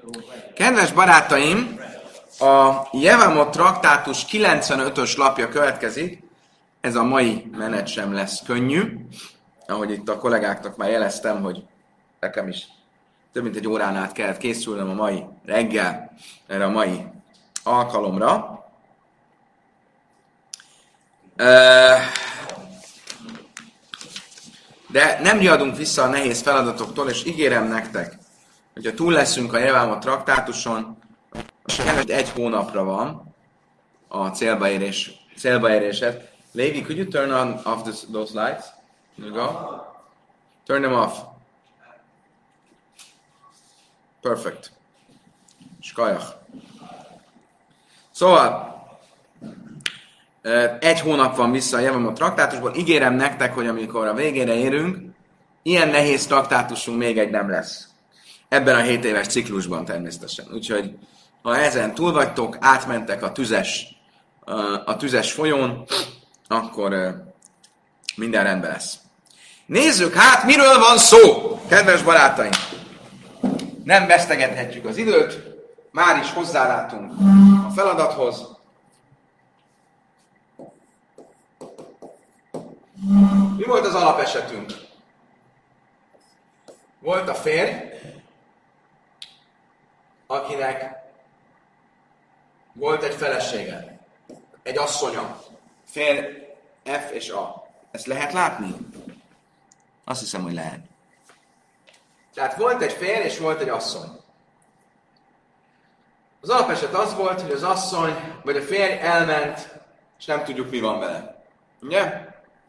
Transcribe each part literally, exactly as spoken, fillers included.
Kedves barátaim, a Jevamot traktátus kilencvenötös lapja következik. Ez a mai menet sem lesz könnyű. Ahogy itt a kollégáknak már jeleztem, hogy nekem is több mint egy órán át kellett készülnöm a mai reggel erre a mai alkalomra. De nem riadunk vissza a nehéz feladatoktól, és ígérem nektek, hogyha túl leszünk a Jevamot traktátuson, és egy hónapra van a célba érés, célba éréset. Levi, could you turn on off this, those lights? You go. Turn them off. Perfect. Skajach. Szóval, egy hónap van vissza a Jevamot traktátusból. Ígérem nektek, hogy amikor a végére érünk, ilyen nehéz traktátusunk még egy nem lesz. Ebben a hét éves ciklusban természetesen. Úgyhogy, ha ezen túl vagytok, átmentek a tüzes, a tüzes folyón, akkor minden rendben lesz. Nézzük hát, miről van szó, kedves barátaim! Nem vesztegethetjük az időt, már is hozzálátunk a feladathoz. Mi volt az alapesetünk? Volt a férj, akinek volt egy felesége, egy asszonya, férj F és A. Ezt lehet látni? Azt hiszem, hogy lehet. Tehát volt egy férj és volt egy asszony. Az alapeset az volt, hogy az asszony vagy a férj elment, és nem tudjuk, mi van vele. Ugye?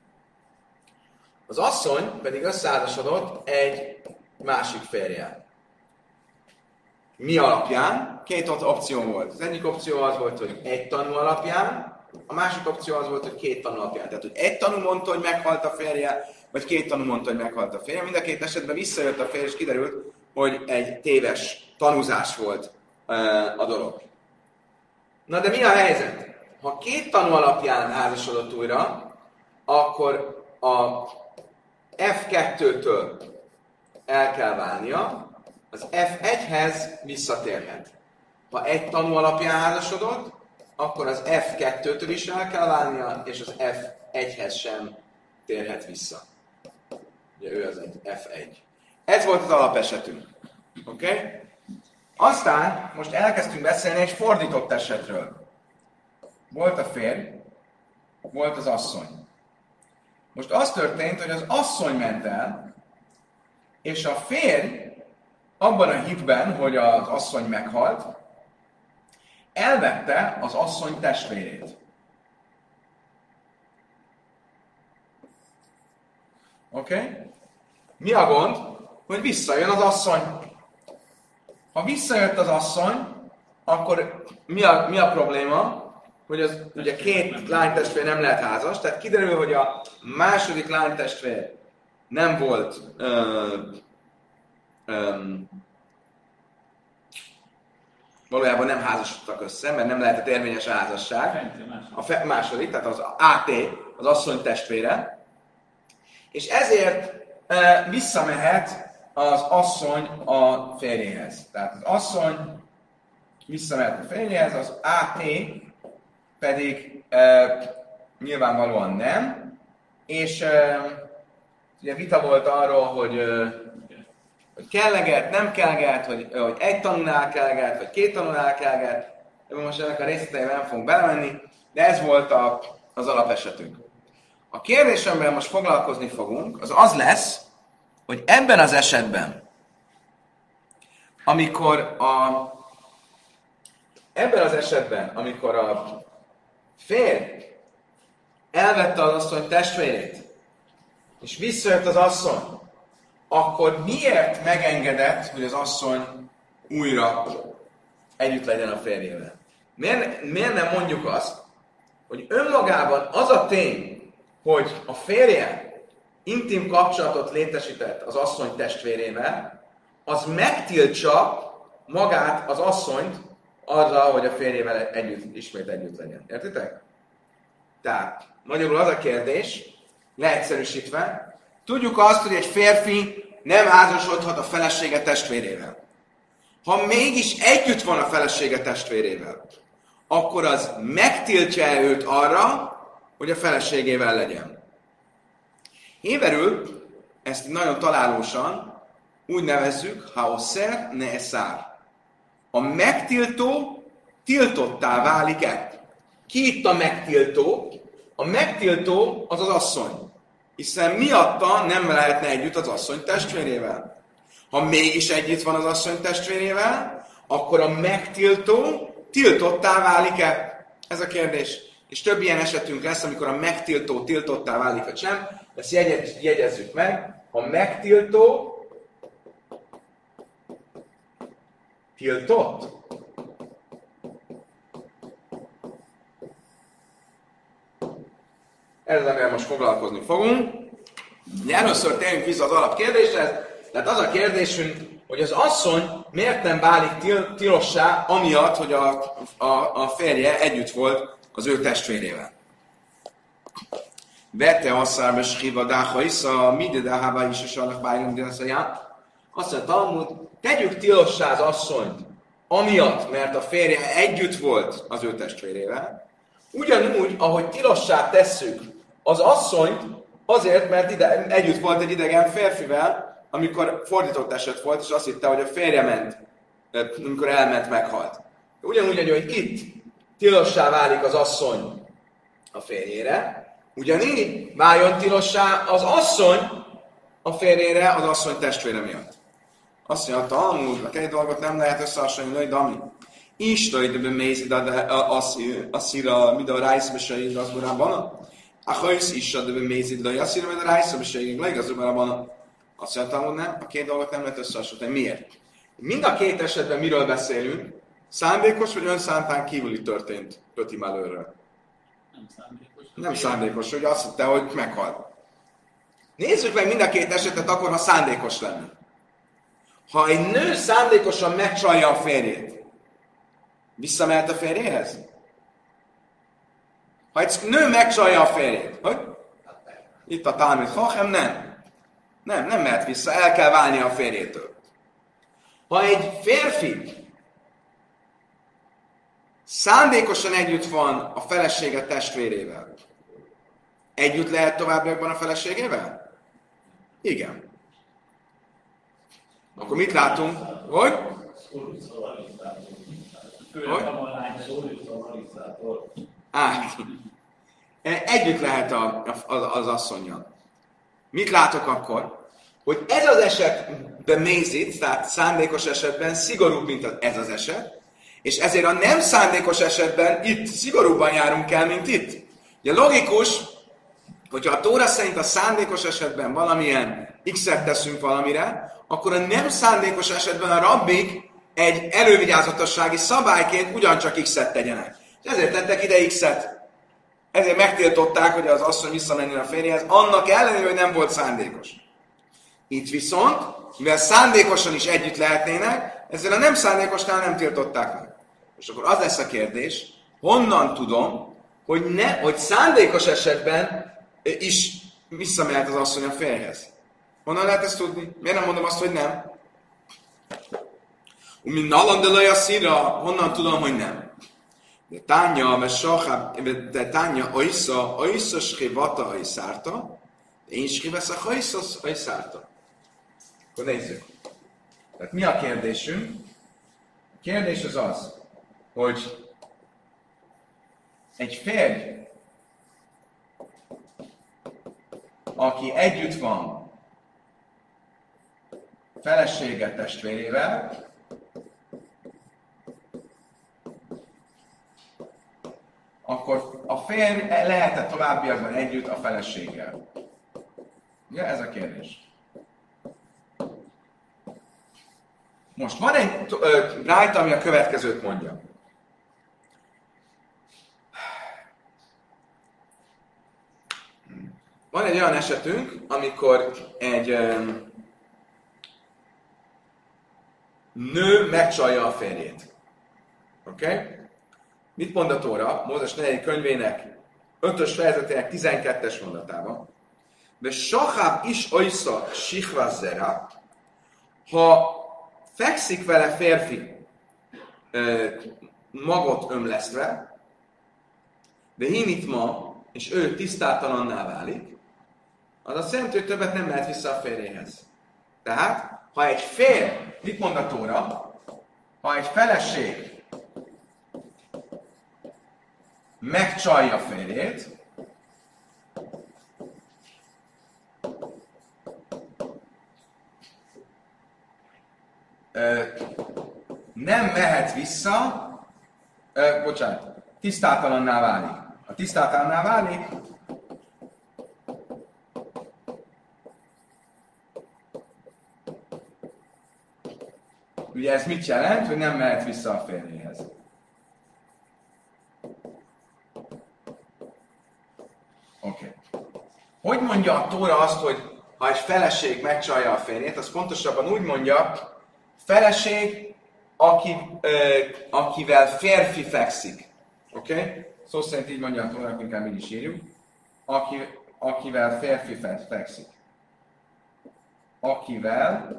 Az asszony pedig összeházasodott egy másik férjjel. Mi alapján? Két opció volt. Az egyik opció az volt, hogy egy tanú alapján, a másik opció az volt, hogy két tanú alapján. Tehát, hogy egy tanú mondta, hogy meghalt a férje, vagy két tanú mondta, hogy meghalt a férje. Mind a két esetben visszajött a férj, és kiderült, hogy egy téves tanúzás volt uh, a dolog. Na de mi a helyzet? Ha két tanú alapján házasodott újra, akkor a F kettőtől el kell válnia, az F egyhez visszatérhet. Ha egy tanú alapján házasodott, akkor az F kettőtől is el kell válnia, és az F egyhez sem térhet vissza. Ugye ő az egy F egy. Ez volt az alapesetünk. Oké? Okay? Aztán most elkezdtünk beszélni egy fordított esetről. Volt a férj, volt az asszony. Most az történt, hogy az asszony ment el, és a férj abban a hitben, hogy az asszony meghalt, elvette az asszony testvérét. Oké? Okay? Mi a gond? Hogy visszajön az asszony. Ha visszajött az asszony, akkor mi a, mi a probléma? Hogy az, ugye két lánytestvér nem lehet házas, tehát kiderül, hogy a második lánytestvér nem volt ö, ö, valójában nem házasodtak össze, mert nem lehetett érvényes a házasság. A fe, második, tehát az á té, az asszony testvére. És ezért e, visszamehet az asszony a férjéhez. Tehát az asszony visszamehet a férjéhez, az á té pedig e, nyilvánvalóan nem. És e, ugye vita volt arról, hogy e, hogy kelleget, nem kelleget, hogy, hogy egy tanulnál kelleget, vagy két tanulnál kelleget. De most ennek a részleteiben nem fogunk belemenni, de ez volt a, az alapesetünk. A kérdés, amivel most foglalkozni fogunk, az az lesz, hogy ebben az esetben, amikor a ebben az esetben, amikor a férj elvette az asszony testvérét, és visszajött az asszony, akkor miért megengedett, hogy az asszony újra együtt legyen a férjével? Miért, miért nem mondjuk azt, hogy önmagában az a tény, hogy a férje intim kapcsolatot létesített az asszony testvérével, az megtiltsa magát az asszonyt arra, hogy a férjével együtt, ismét együtt legyen. Értitek? Tehát, magyarul az a kérdés, leegyszerűsítve, tudjuk azt, hogy egy férfi nem házasodhat a felesége testvérével. Ha mégis együtt van a felesége testvérével, akkor az megtiltja őt arra, hogy a feleségével legyen. Héberül ezt nagyon találósan úgy nevezzük, haoszer ne eszár. A megtiltó tiltottá válik-e? Ki itt a megtiltó? A megtiltó az az asszony. Hiszen miatta nem lehetne együtt az asszony testvérével. Ha mégis együtt van az asszony testvérével, akkor a megtiltó tiltottá válik-e? Ez a kérdés. És több ilyen esetünk lesz, amikor a megtiltó tiltottá válik, vagy sem. Ezt jegyezzük meg. A megtiltó tiltott? Ezzel, amivel most foglalkozni fogunk. De először térjünk vissza az alapkérdéshez. Tehát az a kérdésünk, hogy az asszony miért nem válik til- tilossá, amiatt, hogy a, a, a férje együtt volt az ő testvérével. Vette asszárba skriva dáhaisza, mide dáhába is és annak bájlunk dinaszaját. Azt mondja, Talmud, tegyük tilossá az asszonyt, amiatt, mert a férje együtt volt az ő testvérével. Ugyanúgy, ahogy tilossá tesszük az asszonyt, azért, mert ide, együtt volt egy idegen férfivel, amikor fordított eset volt, és azt hitte, hogy a férje ment, amikor elment, meghalt. Ugyanúgy, hogy itt tilossá válik az asszony a férjére, ugyanígy váljon tilossá az asszony a férjére az asszony testvére miatt. Azt mondja, a Talmud, a két dolgot nem lehet összehasonlítani, hogy Dami. Istaj, de bemézid a szíra, mida a rájszbesegig az borában. A hajsz is, de bemézid a szíra, mida a rájszbesegig legazubban. Azt mondja, Talmud, nem, a két dolgot nem lehet összehasonlítani. Miért? Mind a két esetben miről beszélünk? Szándékos vagy önszántán kívüli történt Pöti Mellőről? Nem szándékos. Nem szándékos, hogy azt hitte, hogy meghalt. Nézzük meg mind a két esetet akkor, ha szándékos lenne. Ha egy nő szándékosan megcsalja a férjét, visszamehet a férjéhez? Ha egy nő megcsalja a férjét, hogy? Itt a Talmud Chachem, nem. Nem, nem mehet vissza, el kell válni a férjétől. Ha egy férfi szándékosan együtt van a felesége testvérével, együtt lehet továbbiakban a feleségével? Igen. Akkor mit látunk? Hogy? Hogy? Á, együtt lehet a, a, az asszonnyal. Mit látok akkor? Hogy ez az esetben mézit, tehát szándékos esetben szigorúbb, mint ez az eset, és ezért a nem szándékos esetben itt szigorúbban járunk el, mint itt. Ugye logikus, hogyha a Tóra szerint a szándékos esetben valamilyen x-et teszünk valamire, akkor a nem szándékos esetben a rabbik egy elővigyázatossági szabályként ugyancsak x-et tegyenek. És ezért tettek ide x-et. Ezért megtiltották, hogy az asszony visszamenjen a férjehez, annak ellenére, hogy nem volt szándékos. Itt viszont, mivel szándékosan is együtt lehetnének, ezzel a nem szándékosnál nem tiltották meg. És akkor az lesz a kérdés, honnan tudom, hogy, ne, hogy szándékos esetben is visszamehet az asszony a férjhez. Honnan lehet ezt tudni? Miért nem mondom azt, hogy nem? Mint nalandelaj a szíra, honnan tudom, hogy nem? De tánya, mert soha, de tánya, oisza, oisza, skrivata, oiszárta, de én skrivesz a oiszos, oiszárta. Akkor nézzük. Tehát mi a kérdésünk? A kérdés az az, hogy egy férj, aki együtt van felesége testvérével, akkor a férj lehet-e továbbiakban együtt a feleséggel? Ugye ez a kérdés. Most van egy rájta, ami a következőt mondja. Van egy olyan esetünk, amikor egy um, nő megcsalja a férjét. Oké? Okay? Mit mond a Tóra? Mózes negyedik könyvének ötös fejezetének tizenkettes mondatában. De sahab is oisza sichva zera, ha fekszik vele férfi ö, magot ömlesztve, de hinit ma, és ő tisztátalanná válik, az azt jelenti, hogy többet nem mehet vissza a férjéhez. Tehát, ha egy férj, mit mond a Tóra? Ha egy feleség megcsalja férjét, ö, nem mehet vissza, ö, bocsánat, tisztátalanná válik. Ha tisztátalanná válik, ugye ez mit jelent, hogy nem mehet vissza a férjéhez. Oké. Okay. Hogy mondja a Tóra azt, hogy ha egy feleség megcsalja a férjét, az pontosabban úgy mondja, feleség, aki, ö, akivel férfi fekszik. Oké? Okay? Szó szerint így mondja a Tóra, inkább így is írjuk. Aki, akivel férfi fekszik. Akivel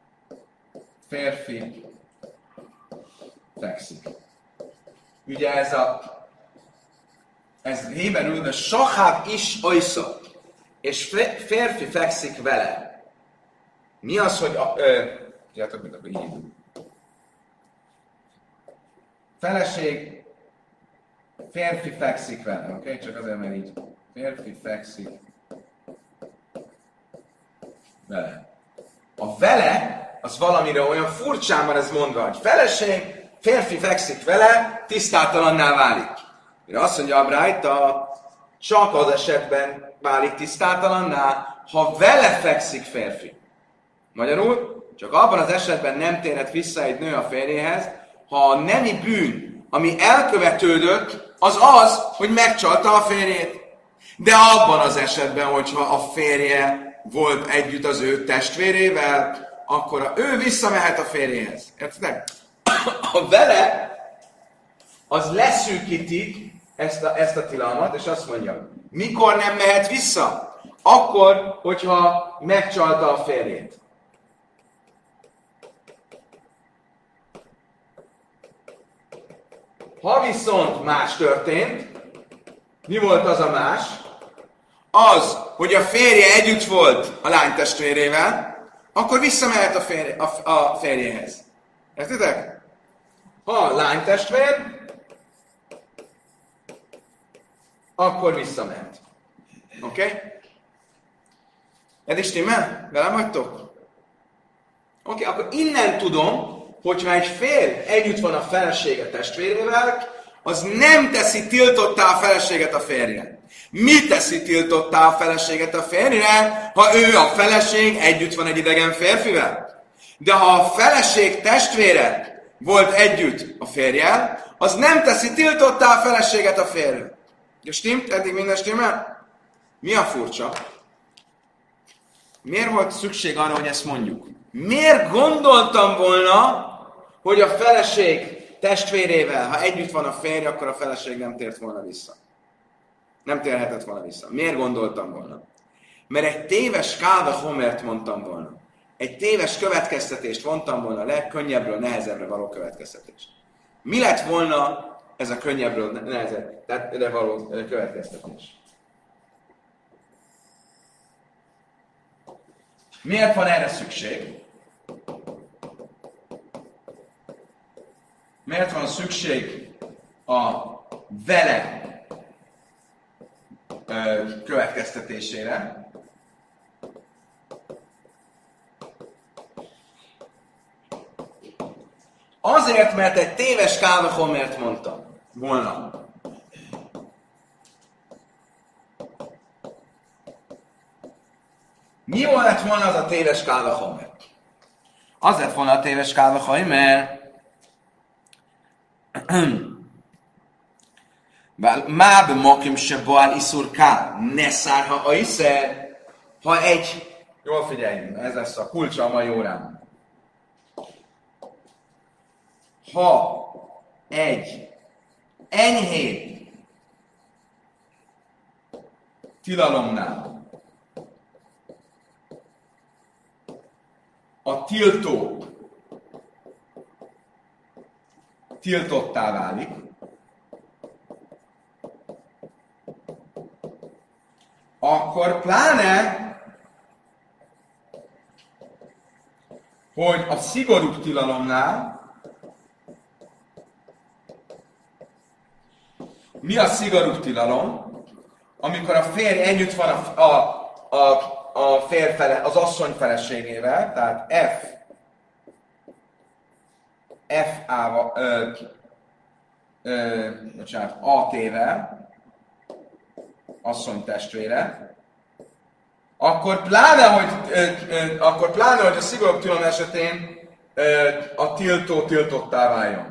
férfi fekszik. Ugye ez a ez héberül, de saháv is oisza, és férfi fekszik vele. Mi az, hogy a, ö, tudjátok, mint a hívő. Feleség, férfi fekszik vele, oké? Okay? Csak azért, mert így férfi fekszik vele. A vele az valamire olyan furcsán van ez mondva, hogy feleség, férfi fekszik vele, tisztátalanná válik. Mire azt mondja a Brájta, csak az esetben válik tisztátalanná, ha vele fekszik férfi. Magyarul, csak abban az esetben nem térhet vissza egy nő a férjéhez, ha a nemi bűn, ami elkövetődött, az az, hogy megcsalta a férjét. De abban az esetben, hogyha a férje volt együtt az ő testvérével, akkor ő visszamehet a férjéhez. Érted? A vele, az leszűkíti ezt a, ezt a tilalmat, és azt mondja, mikor nem mehet vissza? Akkor, hogyha megcsalta a férjét. Ha viszont más történt, mi volt az a más? Az, hogy a férje együtt volt a lány testvérével, akkor visszamehet a, férje, a, a férjéhez. Értitek? Ha lány testvér, akkor visszamehet. Oké? Okay? Ez is stimmel? Velem vagytok? Oké, okay, akkor innen tudom, hogyha egy férj együtt van a felesége testvérével, az nem teszi tiltottá a feleséget a férje. Mi teszi tiltottá a feleséget a férjre, ha ő a feleség együtt van egy idegen férfivel? De ha a feleség testvére volt együtt a férjel, az nem teszi tiltottá a feleséget a férje. Ja, stimmt? Eddig minden stimmel? Mi a furcsa? Miért volt szükség arra, hogy ezt mondjuk? Miért gondoltam volna, hogy a feleség testvérével, ha együtt van a férje, akkor a feleség nem tért volna vissza? Nem térhetett volna vissza. Miért gondoltam volna? Mert egy téves káva homert mondtam volna. Egy téves következtetést mondtam volna, legkönnyebbről nehezebbre való következtetést. Mi lett volna ez a könnyebbről nehezebbre való következtetés? Miért van erre szükség? Miért van szükség a vele ö, következtetésére? Azért, mert egy téves kávahomert mondtam volna. Mi lett volna az a téves kávahomer? Az lett volna a téves kávahomer, Mábe mokim se boál iszur ká, ne szárha a iszer, ha egy, jól figyeljünk, ez lesz a kulcsa a mai órán. Ha egy enyhébb tilalomnál a tiltó tiltottá válik, akkor pláne, hogy a szigorúbb tilalomnál, mi a szigorúbb tilalom? Amikor a férj együtt van a, a, a, a férfele, az asszony feleségével, tehát F, F A-val, ö, ö, bocsánat, á té-vel, asszony testvére, akkor pláne, hogy, ö, ö, akkor pláne, hogy a szigorúbb tilalom esetén ö, a tiltó tiltottá váljon.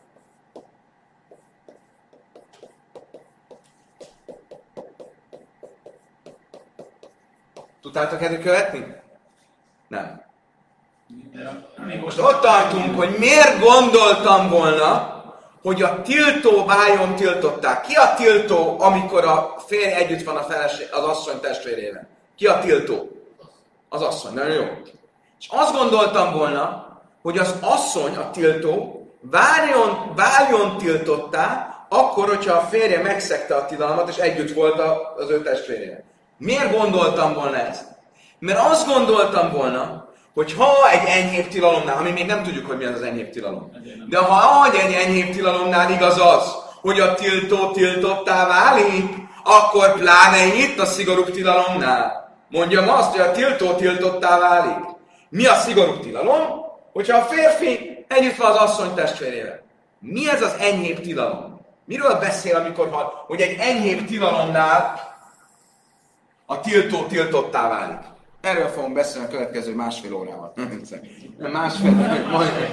Tudtátok ezt követni? Nem. Most ott tartunk, hogy miért gondoltam volna, hogy a tiltó váljon tiltottá. Ki a tiltó, amikor a férj együtt van a feleség, az asszony testvérével? Ki a tiltó? Az asszony. Nagyon jó. És azt gondoltam volna, hogy az asszony, a tiltó, váljon, váljon tiltottá, akkor, hogyha a férje megszegte a tilalmat, és együtt volt az ő testvérével. Miért gondoltam volna ezt? Mert azt gondoltam volna, hogy ha egy enyhébb tilalomnál, ami még nem tudjuk, hogy mi az az enyhébb tilalom, de ha egy enyhébb tilalomnál igaz az, hogy a tiltó tiltottá válik, akkor pláne itt a szigorúbb tilalomnál mondjam azt, hogy a tiltó tiltottá válik. Mi a szigorúbb tilalom? Hogyha a férfi együtt van az asszony testvérével. Mi ez az enyhébb tilalom? Miről beszél, amikor van, hogy egy enyhébb tilalomnál a tiltó tiltottá válik? Erről fogom beszélni a következő másfél órával. Nem másfél, majd.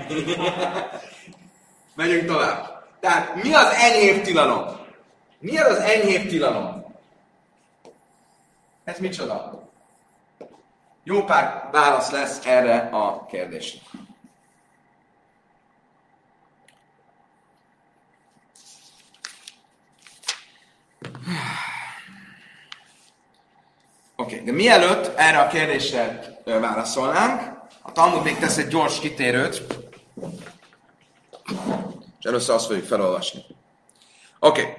Megyünk tovább. Tehát mi az enyhébb tilalom? Mi az enyhébb tilalom? Ez micsoda? Jó pár válasz lesz erre a kérdésre. Oké, okay, de mielőtt erre a kérdésre válaszolnánk, a Talmud még tesz egy gyors kitérőt, és először azt fogjuk felolvasni. Oké. Okay.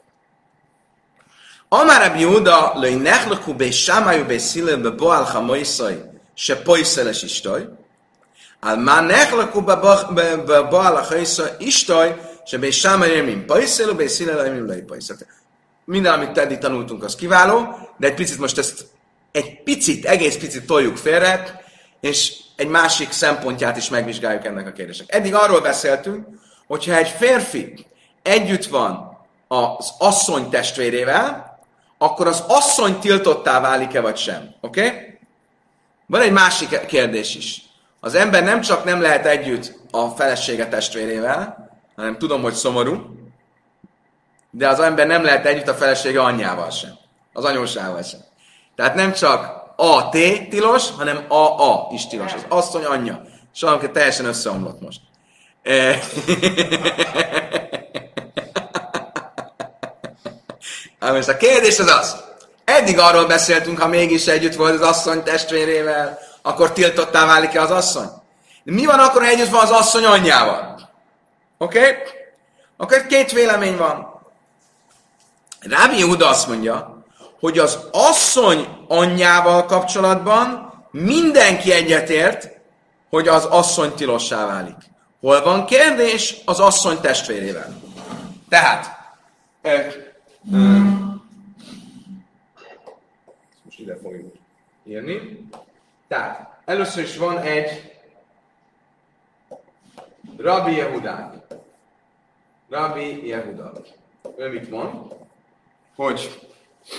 Amár Rabbi Yehuda löj nechlaku bei Shammai bei Hillel be Boal Chamoisai se poiszeles istaj, al má nechlaku be Boal Chamoisai istaj se bei Shammai remin poiszelu bei Hillel remin löj poiszelu. Minden, amit eddig tanultunk, az kiváló, de egy picit most ezt egy picit, egész picit toljuk félre, és egy másik szempontját is megvizsgáljuk ennek a kérdésnek. Eddig arról beszéltünk, hogyha egy férfi együtt van az asszony testvérével, akkor az asszony tiltottá válik-e vagy sem. Oké? Okay? Van egy másik kérdés is. Az ember nem csak nem lehet együtt a felesége testvérével, hanem tudom, hogy szomorú, de az ember nem lehet együtt a felesége anyjával sem. Az anyósával sem. Tehát nem csak á té tilos, hanem á á is tilos. Az asszony anyja. Sajnálom, teljesen összeomlott most. Most a kérdés az az. Eddig arról beszéltünk, ha mégis együtt volt az asszony testvérével, akkor tiltottá válik-e az asszony? De mi van akkor, ha együtt van az asszony anyjával? Oké? Okay? Akkor két vélemény van. Rabbi Yehuda azt mondja, hogy az asszony anyjával kapcsolatban mindenki egyetért, hogy az asszony tilossá válik. Hol van kérdés? Az asszony testvérével. Tehát, ö, ö, most ide fogjuk írni. Tehát, először is van egy Rabbi Yehuda. Rabbi Yehuda. Ő mit mond? Hogy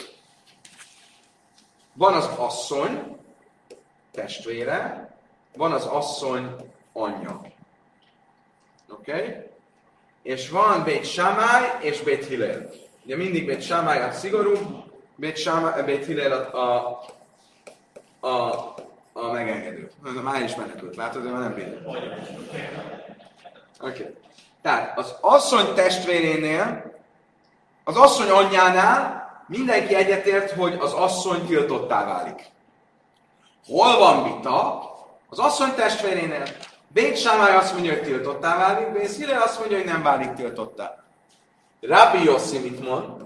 van az asszony testvére, van az asszony anyja. Oké? Okay? És van Beit Shammai és Beit Hillel. Ugye mindig Beit Shammai a szigorú, Beit, Shammai, Beit Hillel a, a, a, a megengedő. Már is menekült, látod, de már nem bírja. Oké. Okay. Tehát az asszony testvérénél, az asszony anyjánál mindenki egyetért, hogy az asszony tiltottá válik. Hol van vita? Az asszony testvérénél, Bét Sámály azt mondja, hogy tiltottá válik, Bét Hillel azt mondja, hogy nem válik tiltottá. Rabbi Yossi mit mond?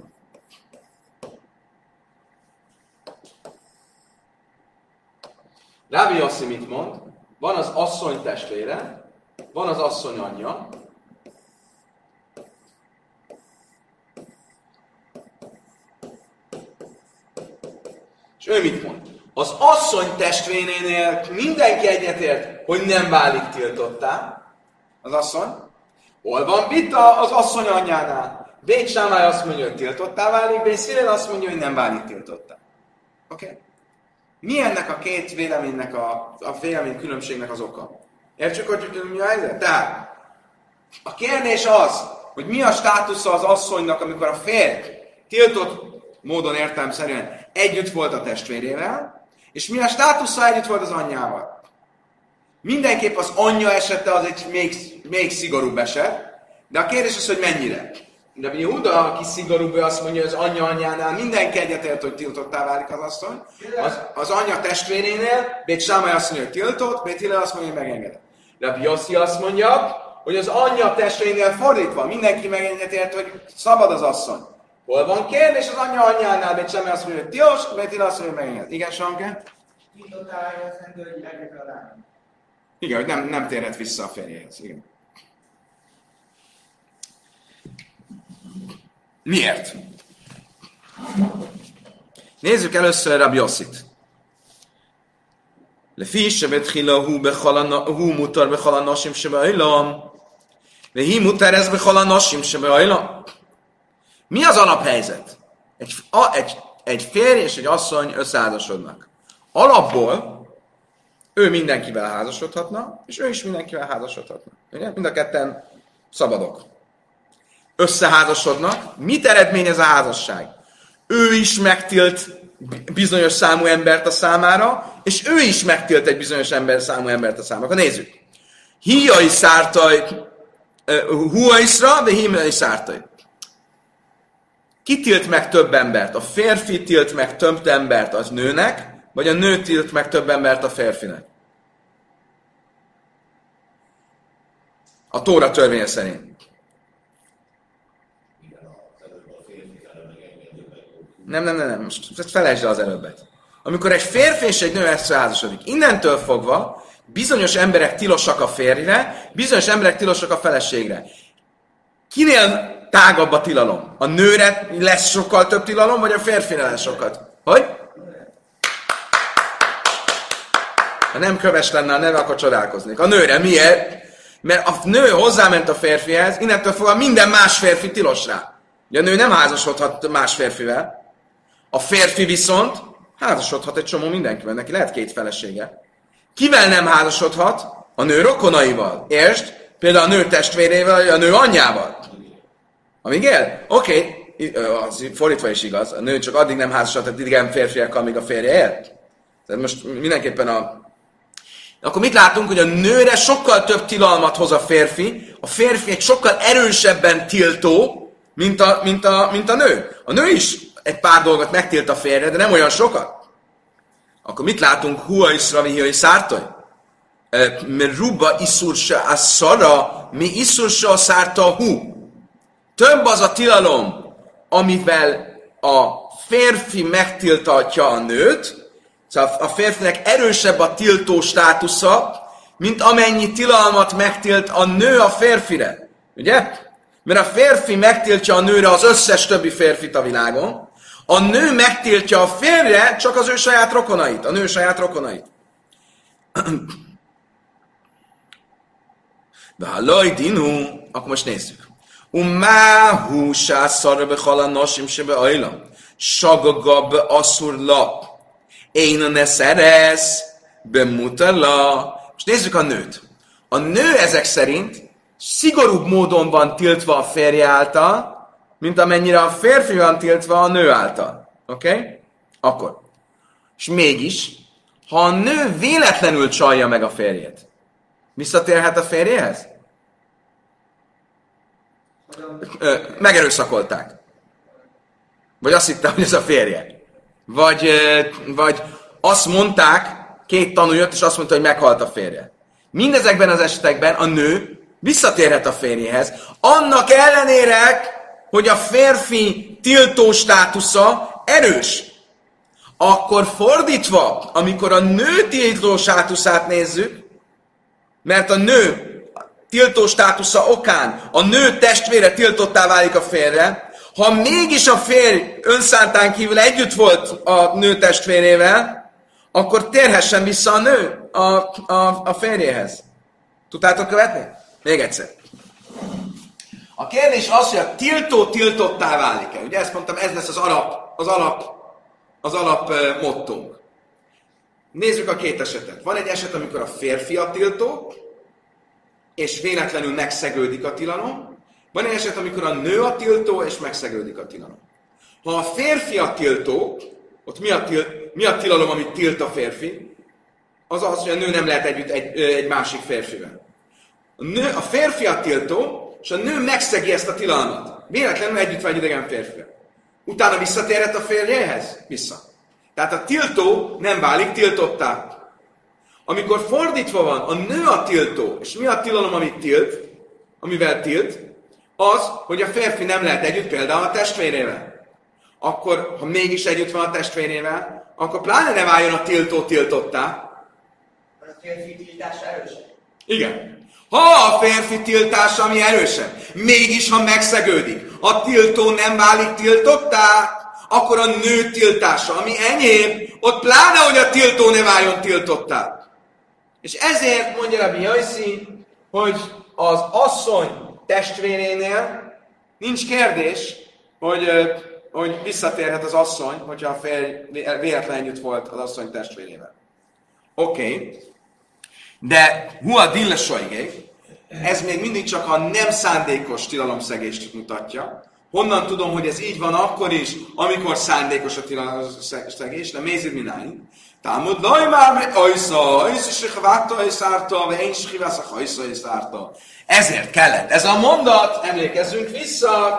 Rabbi Yossi mit mond? Van az asszony testvére, van az asszony anyja, és ő mit mond? Az asszony testvérénél mindenki egyetért, hogy nem válik tiltottá. Az asszony. Hol van vita az asszony anyjánál? Bét Sámály azt mondja, hogy tiltottá válik, Bét Hillel azt mondja, hogy nem válik tiltottá. Oké? Okay? Mi ennek a két véleménynek, a, a vélemény különbségnek az oka? Értsük, hogy mi a helyzet? Tehát a kérdés az, hogy mi a státusza az asszonynak, amikor a férj tiltott módon értelemszerűen együtt volt a testvérével, és mi a státusza együtt volt az anyjával. Mindenképp az anyja esete az egy még, még szigorúbb eset, de a kérdés az, hogy mennyire. De Júda, aki szigorúbb, azt mondja, hogy az anyja anyjánál mindenki egyetért, hogy tiltottá válik az asszony. Az, az anyja testvérénél Bét Sámály azt mondja, hogy tiltott, Bét Hillel azt mondja, hogy megengedett. De Yossi azt mondja, hogy az anyja testvérénél fordítva, mindenki megegyetért, hogy szabad az asszony. Hol van kérdés az anyja anyjánál, Bét Sámály azt mondja, hogy tilos, Bét Hillel azt mondja, hogy megengedett. Igen, Sanke? Tiltottá válik azt mondja, hogy megengedett a lány. Igen, hogy nem, nem térhet vissza a férjéhez. Igen. Miért? Nézzük először Rabbi Yossit. לפי שבתחילה הוא מותר בכל הנשים שבעולם, והיא מותרת בכל הנשים שבעולם. Mi az alaphelyzet? Egy, a, egy, egy férj és egy asszony összeházasodnak. Alapból ő mindenkivel házasodhatna, és ő is mindenkivel házasodhatna. Ugye? Mind a ketten szabadok. Összeházasodnak. Mit eredményez a házasság? Ő is megtilt bizonyos számú embert a számára, és ő is megtilt egy bizonyos ember számú embert a számára. Akkor nézzük. Híjai szártaj, huaisra, de híjai szártaj. Ki tilt meg több embert? A férfi tilt meg több embert az nőnek, vagy a nő tilt meg több embert a férfinek? A Tóra törvénye szerint. Nem, nem, nem, nem. Most ezt felejtsd el az előbbet. Amikor egy férfi és egy nő összeházasodik, innentől fogva bizonyos emberek tilosak a férjre, bizonyos emberek tilosak a feleségre. Kinél tágabb a tilalom? A nőre lesz sokkal több tilalom, vagy a férfire lesz sokkal? Hogy? Ha nem köves lenne a neve, akkor csodálkoznék. A nőre miért? Mert a nő hozzáment a férfihez, innentől fogva minden más férfi tilos rá. Ugye a nő nem házasodhat más férfivel. A férfi viszont házasodhat egy csomó mindenkivel, neki lehet két felesége. Kivel nem házasodhat? A nő rokonaival. Értsd? Például a nő testvérével, vagy a nő anyjával. Amíg él? Oké, okay. Az fordítva is igaz. A nő csak addig nem házasodhat idegen férfiakkal, amíg a férje él. Tehát most mindenképpen a... Akkor mit látunk, hogy a nőre sokkal több tilalmat hoz a férfi, a férfi egy sokkal erősebben tiltó, mint a, mint a, mint a nő. A nő is egy pár dolgot megtilt a férje, de nem olyan sokat. Akkor mit látunk? Hua iszra vihiai szártoj? Mert ruba iszursa a szara, mi iszursa a szárta hu. Több az a tilalom, amivel a férfi megtiltatja a nőt, szóval a férfinek erősebb a tiltó státusza, mint amennyi tilalmat megtilt a nő a férfire. Ugye? Mert a férfi megtiltja a nőre az összes többi férfit a világon, a nő megtiltja a férjre csak az ő saját rokonait, a nő saját rokonait. De ha lajdinu, akkor most nézzük. Umáhu sászarra bechala nasim sebe ajlam, sagagab asszur la, én ne szerez, bemutala. Most nézzük a nőt. A nő ezek szerint szigorúbb módon van tiltva a férje által, mint amennyire a férfi van tiltva a nő által. Oké? Okay? Akkor. És mégis, ha a nő véletlenül csalja meg a férjét, visszatérhet a férjehez? Ö, megerőszakolták. Vagy azt hittem, hogy ez a férje. Vagy, vagy azt mondták, két tanú jött, és azt mondta, hogy meghalt a férje. Mindezekben az esetekben a nő visszatérhet a férjéhez. Annak ellenére, hogy a férfi tiltó státusza erős. Akkor fordítva, amikor a nő tiltó státuszát nézzük, mert a nő tiltó státusza okán a nő testvére tiltottá válik a férjre, ha mégis a férj önszántán kívül együtt volt a nő testvérével, akkor térhessen vissza a nő a, a, a férjéhez. Tudtátok követni? Még egyszer. A kérdés az, hogy a tiltó tiltottá válik-e. Ugye ezt mondtam, ez lesz az alap, az alap, az alap uh, mottónk. Nézzük a két esetet. Van egy eset, amikor a férfi a tiltó, és véletlenül megszegődik a tilalom. Van egy eset, amikor a nő a tiltó, és megszegődik a tilalom. Ha a férfi a tiltó, ott mi a, til, mi a tilalom, amit tilt a férfi? Az az, hogy a nő nem lehet együtt egy, egy másik férfivel. A, nő, a férfi a tiltó, és a nő megszegi ezt a tilalmat. Véletlenül együtt vagy idegen férfivel. Utána visszatérhet a férjéhez? Vissza. Tehát a tiltó nem válik tiltottá. Amikor fordítva van, a nő a tiltó, és mi a tilalom, amit tilt, amivel tilt, az, hogy a férfi nem lehet együtt például a testvérével. Akkor, ha mégis együtt van a testvérével, akkor pláne ne váljon a tiltó tiltottá. A férfi tiltás erősebb. Igen. Ha a férfi tiltás, ami erősebb, mégis ha megszegődik, a tiltó nem válik tiltottá, akkor a nő tiltása, ami enyhébb, ott pláne, hogy a tiltó ne váljon tiltottá. És ezért mondja Rabbi Yossi, hogy az asszony testvérénél nincs kérdés, hogy, hogy visszatérhet az asszony, hogyha a férj véletlen együtt volt az asszony testvérével. Oké, okay. De hua dille soigé, ez még mindig csak a nem szándékos tilalomszegést mutatja. Honnan tudom, hogy ez így van akkor is, amikor szándékos a tilalomszegés, de mézid mináin. Támod, laj már, mert ajsza, ajsza, se hvátta, ajszárta, vagy én sivász a hajsza, ajszárta. Ezért kellett. Ez a mondat, emlékezzünk vissza.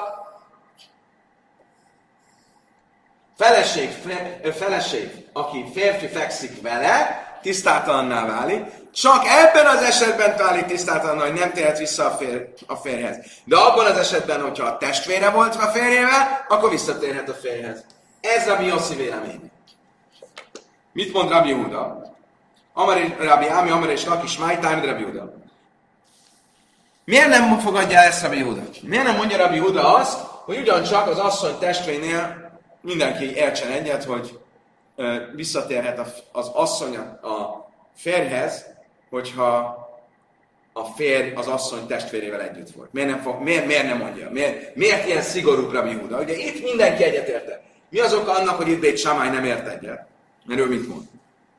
Feleség, feleség, aki férfi fekszik vele, tisztátalanná válik, csak ebben az esetben válik tisztátalanná, hogy nem térhet vissza a, fér, a férjhez. De abban az esetben, hogyha a testvére volt a férjével, akkor visszatérhet a férjhez. Ez Rabbi Yossi vélemény. Mit mond Rabbi Yehuda? Amari Rabbi Ami, Amari és Lakis Májtány, Rabbi Yehuda. Miért nem fogadja ezt Rabbi Yehuda? Miért nem mondja Rabbi Yehuda azt, hogy ugyancsak az asszony testvénél mindenki értsen egyet, hogy ö, visszatérhet az asszony a férjhez, hogyha a férj az asszony testvérével együtt volt. Miért nem, fog, miért, miért nem mondja? Miért, miért ilyen szigorú Rabbi Yehuda? Ugye itt mindenki egyet érte. Mi az oka annak, hogy itt Bét Sámály nem ért egyet? Mert ő mit mond?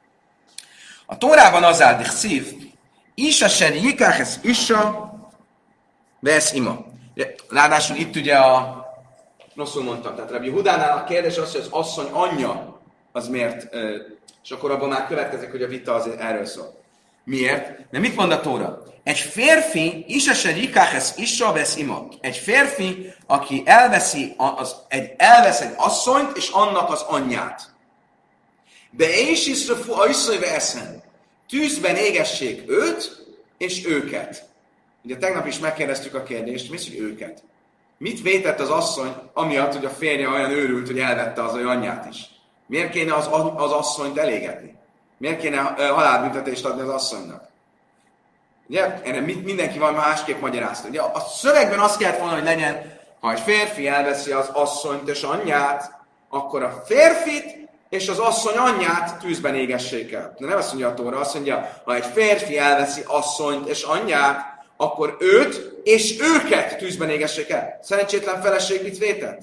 A Tórában az áll, szív, Isa ser jikáhez Isa, vesz ima. Ráadásul itt ugye a rosszul mondtam, tehát Rabbi Yehudánál a kérdés az, hogy az asszony anyja az miért, és akkor abban már következik, hogy a vita az erről szól. Miért? De mit mond a Tóra? Egy férfi, Isa ser jikáhez Isa, vesz ima. Egy férfi, aki elveszi, az, egy, elvesz egy asszonyt, és annak az anyját. De és is ajszajve eszen. Tűzben égessék őt és őket. Ugye tegnap is megkérdeztük a kérdést, mi hogy őket? Mit vétett az asszony, amiatt, hogy a férje olyan őrült, hogy elvette az ő anyját is? Miért kéne az, az asszonyt elégetni? Miért kéne halálbüntetést adni az asszonynak? Ugye? Erre mindenki van másképp magyarázta. Ugye a szövegben azt kellett volna, hogy legyen, ha egy férfi elveszi az asszonyt és anyját, akkor a férfit és az asszony anyját tűzben égessék el. De nem azt mondja a Tóra, azt mondja, ha egy férfi elveszi asszonyt és anyját, akkor őt és őket tűzben égessék el. Szerencsétlen feleség mit vétett?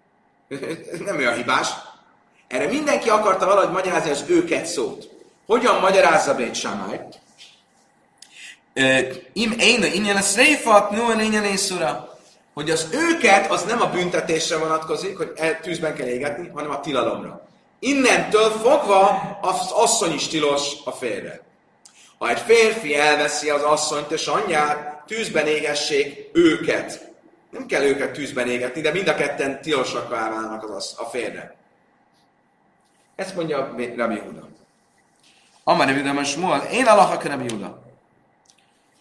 Nem olyan hibás. Erre mindenki akarta valahogy magyarázni az őket szót. Hogyan magyarázza Bét Sámály? Im én ingyen a szréfat, nően ingyen észura. Hogy az őket az nem a büntetésre vonatkozik, hogy tűzben kell égetni, hanem a tilalomra. Innentől fogva az asszony is tilos a férjre. Ha egy férfi elveszi az asszonyt és anyját, tűzben égessék őket. Nem kell őket tűzben égetni, de mind a ketten tilosak válnak az a férjre. Ezt mondja Rabbi Yehuda. Amar Rabbi Yehuda Smuel, én alakak Rabbi Yehuda.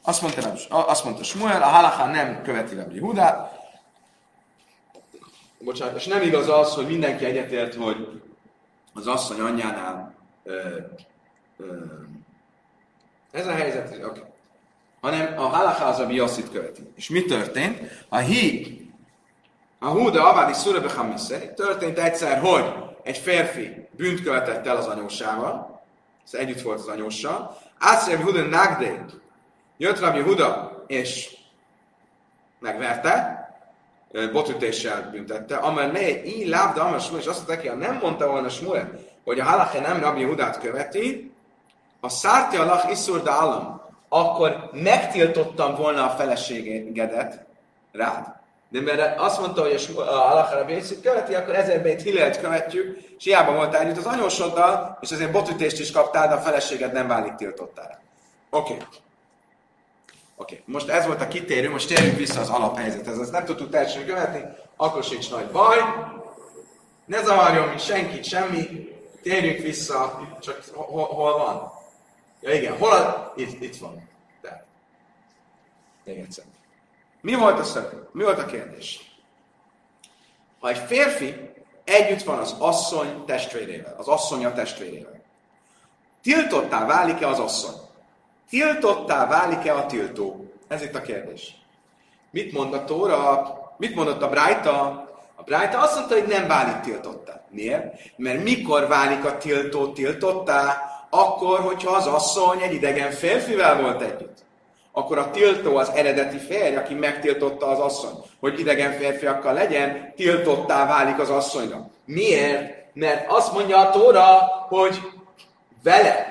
Azt mondta, nem, azt mondta Smuel, a halaká nem követi Rabbi Jehudát. Bocsánat, és nem igaz az, hogy mindenki egyetért, hogy az asszony anyjánál ö, ö, ez a helyzet, oké. Okay. Hanem a halaká az Rabbi Yosszit követi. És mi történt? A hí, a húda avádi szúra behamiszer, történt egyszer, hogy egy férfi bűnt követett el az anyósával, ez együtt volt az anyóssal, Ászra Rabbi Huda Nagdé, jött Rabbi Huda, és megverte, botütéssel büntette, amely ne így lábda, amely Smuel, és azt mondta neki, ha nem mondta volna Smuel, hogy a halaká nem Rabbi Jehudát követi, a szárti a lach iszur da allam, akkor megtiltottam volna a feleségedet rád. De mert azt mondta, hogy a halaká Rabbi Yosszit követi, akkor ezerben itt Hillelt követjük, és hiába voltál együtt az anyósoddal, és azért botütést is kaptál, de a feleséged nem válik tiltottára. Oké. Okay. Oké, okay. Most ez volt a kitérő, most térjünk vissza az alaphelyzethez. Ezt nem tudtuk teljesen követni, akkor sincs nagy baj. Ne zavarjon mi senkit, semmi. Térjünk vissza, csak hol, hol van? Ja igen, hol a... Itt, itt van. De. Még egyszer. Mi volt a szöveg? Mi volt a kérdés? Ha egy férfi együtt van az asszony testvérével, az asszonya testvérével, tiltottá válik-e az asszony? Tiltottá válik-e a tiltó? Ez itt a kérdés. Mit mond a Tóra? Mit mondott a Brájta? A Brájta azt mondta, hogy nem válik tiltottá. Miért? Mert mikor válik a tiltó tiltottá? Akkor, hogyha az asszony egy idegen férfivel volt együtt. Akkor a tiltó az eredeti férj, aki megtiltotta az asszony, hogy idegen férfiakkal legyen, tiltottá válik az asszonynak. Miért? Mert azt mondja a Tóra, hogy vele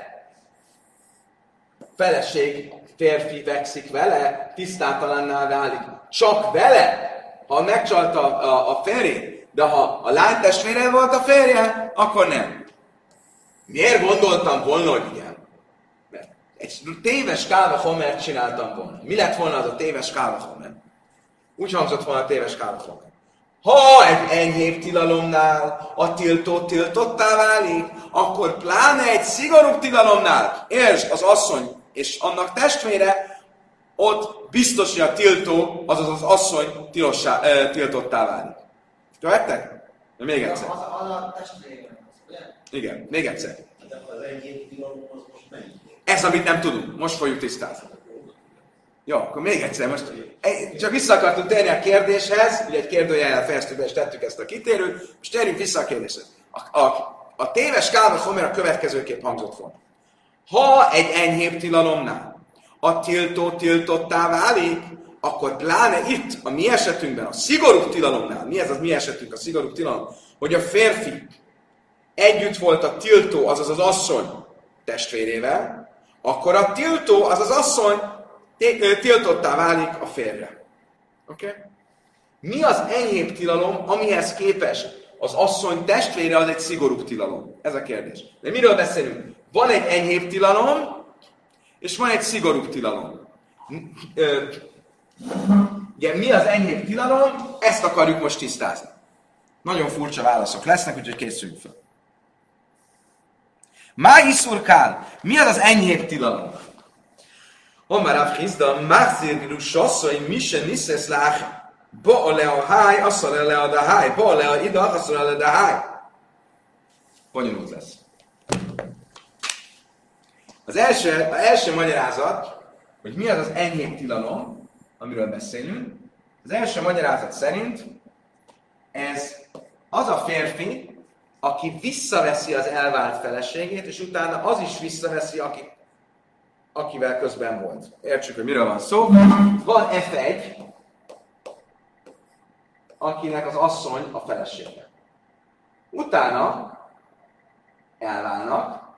feleség, férfi vekszik vele, tisztátalanná válik. Csak vele, ha megcsalta a, a férjét, de ha a lány testvére volt a férje, akkor nem. Miért gondoltam volna, hogy igen? Mert egy téves kálvahomert csináltam volna. Mi lett volna az a téves kálvahomer? Úgy hangzott volna a téves kálvahomer. Ha egy enyhébb tilalomnál a tiltó tiltottá válik, akkor pláne egy szigorúbb tilalomnál, értsd, az asszony és annak testvére, ott biztos, hogy a tiltó, azaz az asszony tilossá, e, tiltottá válik. Követtek? De még egyszer. Az a testvére, ugye? Igen, még egyszer. De az egyéb tilalom az most mennyi? Ez, amit nem tudunk. Most fogjuk tisztázni. Jó, akkor még egyszer. Most csak vissza akartunk térni a kérdéshez, ugye egy kérdőjellel fejeztük be, és tettük ezt a kitérőt. Most térjünk vissza a kérdéshez. A, a, a téves kálvahomer a következőképp hangzott volna. Ha egy enyhébb tilalomnál a tiltó tiltottá válik, akkor pláne itt, a mi esetünkben, a szigorúbb tilalomnál, mi ez az mi esetünk, a szigorúbb tilalom, hogy a férfi együtt volt a tiltó, azaz az asszony testvérével, akkor a tiltó, azaz az asszony tiltottá válik a férje. Oké? Okay? Mi az enyhébb tilalom, amihez képest az asszony testvére az egy szigorúbb tilalom? Ez a kérdés. De miről beszélünk? Van egy enyhébb tilalom, és van egy szigorúbb tilalom. Ugye, mi az enyhébb tilalom? Ezt akarjuk most tisztázni. Nagyon furcsa válaszok lesznek, úgyhogy készüljünk fel. Má iszurkál? Mi az az enyhébb tilalom? Omar Avchizda, Machzir Sasszony, Mise Niszesz Lách, Ba le a háj, asszal le a da háj, ba le a ida, asszal le a da háj. Bonyolult lesz. Az első, az első magyarázat, hogy mi az az enyhébb tilalom, amiről beszélünk, az első magyarázat szerint ez az a férfi, aki visszaveszi az elvált feleségét, és utána az is visszaveszi, aki, akivel közben volt. Értsük, hogy miről van szó. Van ef egy, akinek az asszony a felesége. Utána elválnak,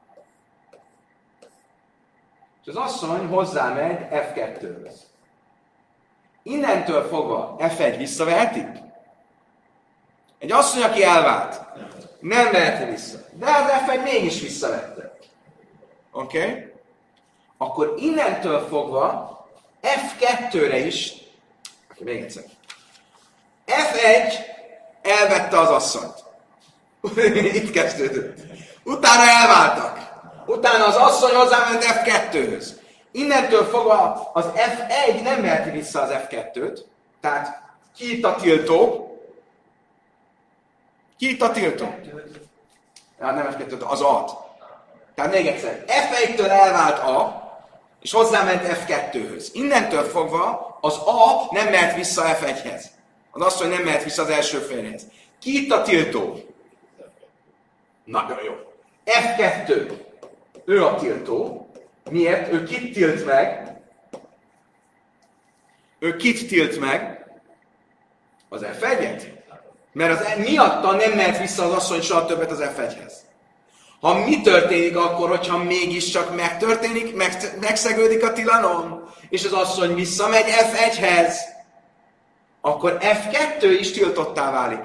és az asszony hozzámegy ef kettőhöz. Innentől fogva ef egy visszavehetik? Egy asszony, aki elvált, nem veheti vissza. De az ef egy mégis visszavette. Oké? Okay? Akkor innentől fogva ef kettőre is, okay, még egyszer. ef egy elvette az asszonyt. Itt kezdődött. Utána elváltak. Utána az asszony hozzáment ef kettőhöz. innentől fogva az ef egy nem veheti vissza az ef kettőt, tehát ki itt a tiltó? Ki itt a tiltó? Ja, nem ef kettőt, az A-t. Tehát még egyszer, ef egytől elvált A, és hozzáment ef kettőhöz. Innentől fogva az A nem mehet vissza ef egyhez. Az asszony nem mehet vissza az első férjhez. Ki itt a tiltó? Nagyon jó. ef kettő. Ő a tiltó. Miért? Ő kit tilt meg? Ő kit tilt meg? Az ef egyet? Mert az miatta nem mehet vissza az asszony soha többet az ef egyhez. Ha mi történik akkor, hogyha mégiscsak megtörténik, meg, megszegődik a tilalom, és az asszony visszamegy ef egyhez, akkor ef kettő is tiltottá válik.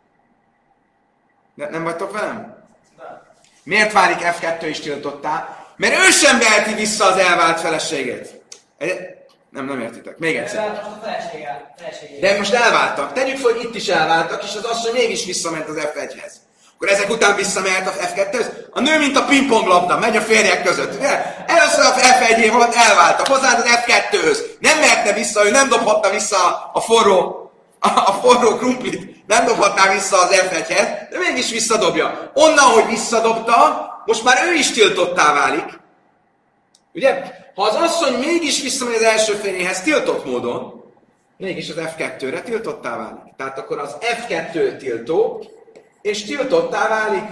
Ne, nem vagytok velem? Miért válik ef kettő is tiltottá? Mert ő sem veheti vissza az elvált feleségét. Nem, nem értitek. Még egyszer. De most elváltak. Tegyük fel, hogy itt is elváltak, és az asszony mégis visszament az ef egyhez. Akkor ezek után visszamehet az ef kettőhöz? A nő, mint a pingponglabda, megy a férjek között. Ugye? Először az ef egyé volt, elváltak, hozzá az ef kettőhöz. Nem mehetne vissza, ő nem dobhatta vissza a forró, a forró krumplit. Nem dobhatná vissza az ef egyhez, de mégis visszadobja. Onnan, hogy visszadobta, most már ő is tiltottá válik. Ugye? Ha az asszony mégis visszamegy az első férjéhez tiltott módon, mégis az ef kettőre tiltottá válik. Tehát akkor az ef kettő tiltó, és tiltottá válik.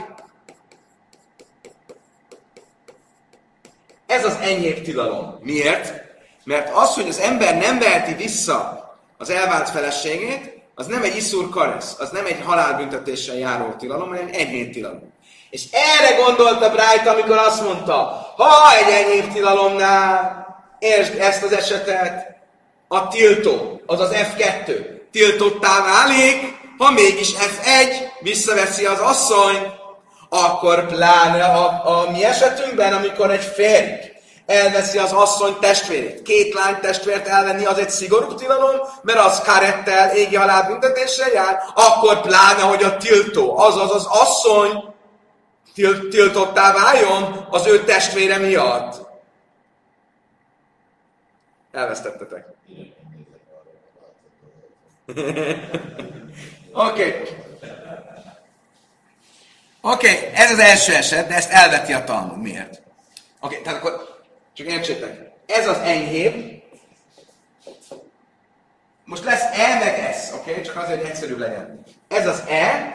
Ez az enyhébb tilalom. Miért? Mert az, hogy az ember nem veheti vissza az elvált feleségét, az nem egy iszur karesz, az nem egy halálbüntetéssel járó tilalom, hanem enyhébb tilalom. És erre gondolta Bright, amikor azt mondta, ha egy enyhébb tilalomnál, értsd ezt az esetet, a tiltó, az az ef kettő tiltottá válik, ha mégis ef egy visszaveszi az asszony, akkor pláne a, a mi esetünkben, amikor egy férj elveszi az asszony testvérét, két lány testvért elvenni, az egy szigorúbb tilalom, mert az karettel, égi halálbüntetéssel jár, akkor pláne, hogy a tiltó, azaz az asszony til, tiltottá váljon az ő testvére miatt. Elvesztettetek. Oké. Okay. Oké, okay, ez az első eset, de ezt elveti a Talmud. Miért? Oké, okay, tehát akkor csak értsétek. Ez az enyhébb. Most lesz E meg S, oké? Okay? Csak azért, hogy egyszerűbb legyen. Ez az E,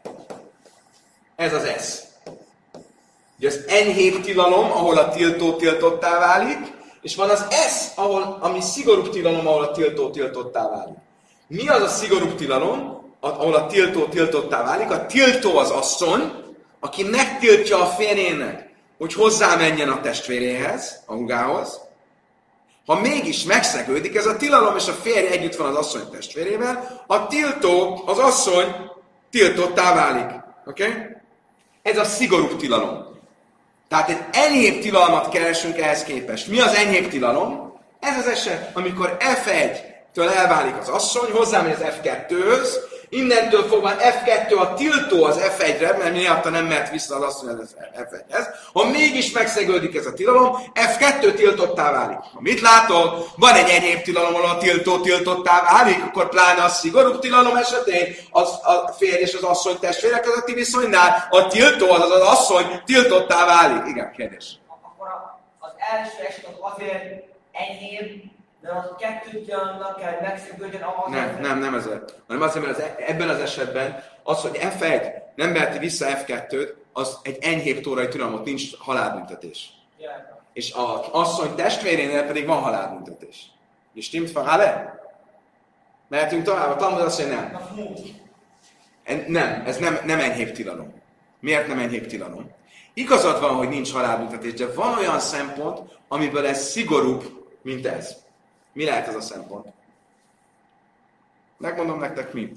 ez az S. Ugye az enyhébb tilalom, ahol a tiltó tiltottá válik, és van az S, ahol, ami szigorúbb tilalom, ahol a tiltó tiltottá válik. Mi az a szigorúbb tilalom, ahol a tiltó tiltottá válik? A tiltó az asszony, aki megtiltja a férjének, hogy hozzámenjen a testvéréhez, a húgához. Ha mégis megszegődik ez a tilalom, és a férj együtt van az asszony testvérével, a tiltó, az asszony tiltottá válik. Oké? Okay? Ez a szigorúbb tilalom. Tehát egy enyhébb tilalmat keresünk ehhez képest. Mi az enyhébb tilalom? Ez az eset, amikor ef egytől elválik az asszony, hozzámegy az ef kettőhöz, innentől fogva ef kettő a tiltó az ef egyre, mert miatta nem mehet vissza az asszony az ef egyhez. Ha mégis megszegődik ez a tilalom, ef kettő tiltottá válik. Ha mit látod? Van egy enyhébb tilalom, ahol a tiltó tiltottá válik, akkor pláne a szigorúbb tilalom esetén az, a férj és az asszony testvérek közötti viszonynál a tiltó, azaz az asszony tiltottá válik. Igen, kérdés. Akkor az első eset az azért enyhébb, de a kettőt gyannak kell megszegődjön ahhoz... Nem, nem, nem ezért. Hanem azért, mert az, ebben az esetben az, hogy ef egy nem veheti vissza ef kettőt, az egy enyhébb tórai tilalom, nincs halálbüntetés. Yeah. És az asszony testvérénél pedig van halálbüntetés. És stimmt van le? Mehetünk tovább? A Talmud azt mondja, nem. Nem, ez nem, nem enyhébb tilalom. Miért nem enyhébb tilalom? Igazad van, hogy nincs halálbüntetés, de van olyan szempont, amiből ez szigorúbb, mint ez. Mi lehet ez a szempont? Megmondom nektek mi.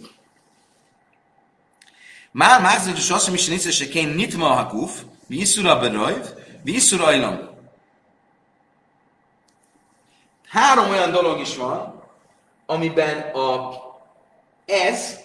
Már március azt, hogy Mishnah se kén nitma a hakuf, vízszura berajv, vízszura ajlam. Három olyan dolog is van, amiben a ez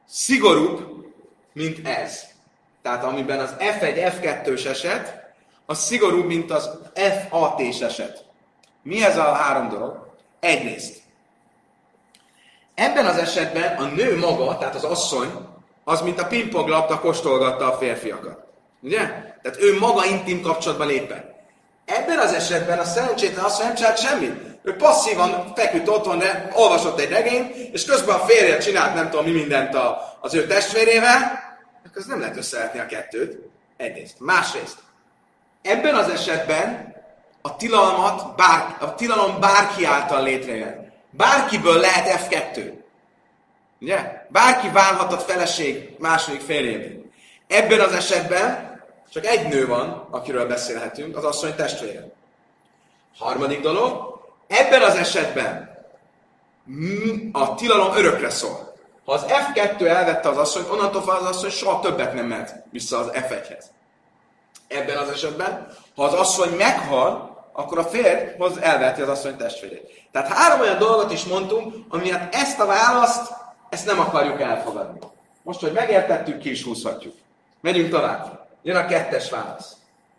szigorúbb, mint ez. Tehát amiben az ef egy, ef kettős eset, az az szigorúbb, mint az ef á té-s eset. Mi ez a három dolog? Egyrészt. Ebben az esetben a nő maga, tehát az asszony, az mint a pingponglabda kóstolgatta a férfiakat. Ugye? Tehát ő maga intim kapcsolatba lépett. Ebben az esetben a szerencsétlen asszony nem csinált semmit. Ő passzívan feküdt otthon, de olvasott egy regényt, és közben a férje csinált nem tudom mi mindent a, az ő testvérével, akkor az nem lehet összevetni a kettőt. Egyrészt. Másrészt. Ebben az esetben a tilalmat, bár, a tilalom bárki által létrejön. Bárkiből lehet ef kettő. Ugye? Bárki válhat a feleség második férjéből. Ebben az esetben csak egy nő van, akiről beszélhetünk, az asszony testvére. Harmadik dolog, ebben az esetben a tilalom örökre szól. Ha az ef kettő elvette az asszonyt, onnantól fel az asszony soha többet nem mehet vissza az ef egyhez. Ebben az esetben, ha az asszony meghal, akkor a férj hoz elveheti az asszony testvérét. Tehát három olyan dolgot is mondtunk, ami miatt ezt a választ, ezt nem akarjuk elfogadni. Most, hogy megértettük, ki is húzhatjuk. Megyünk tovább. Jön a kettes válasz.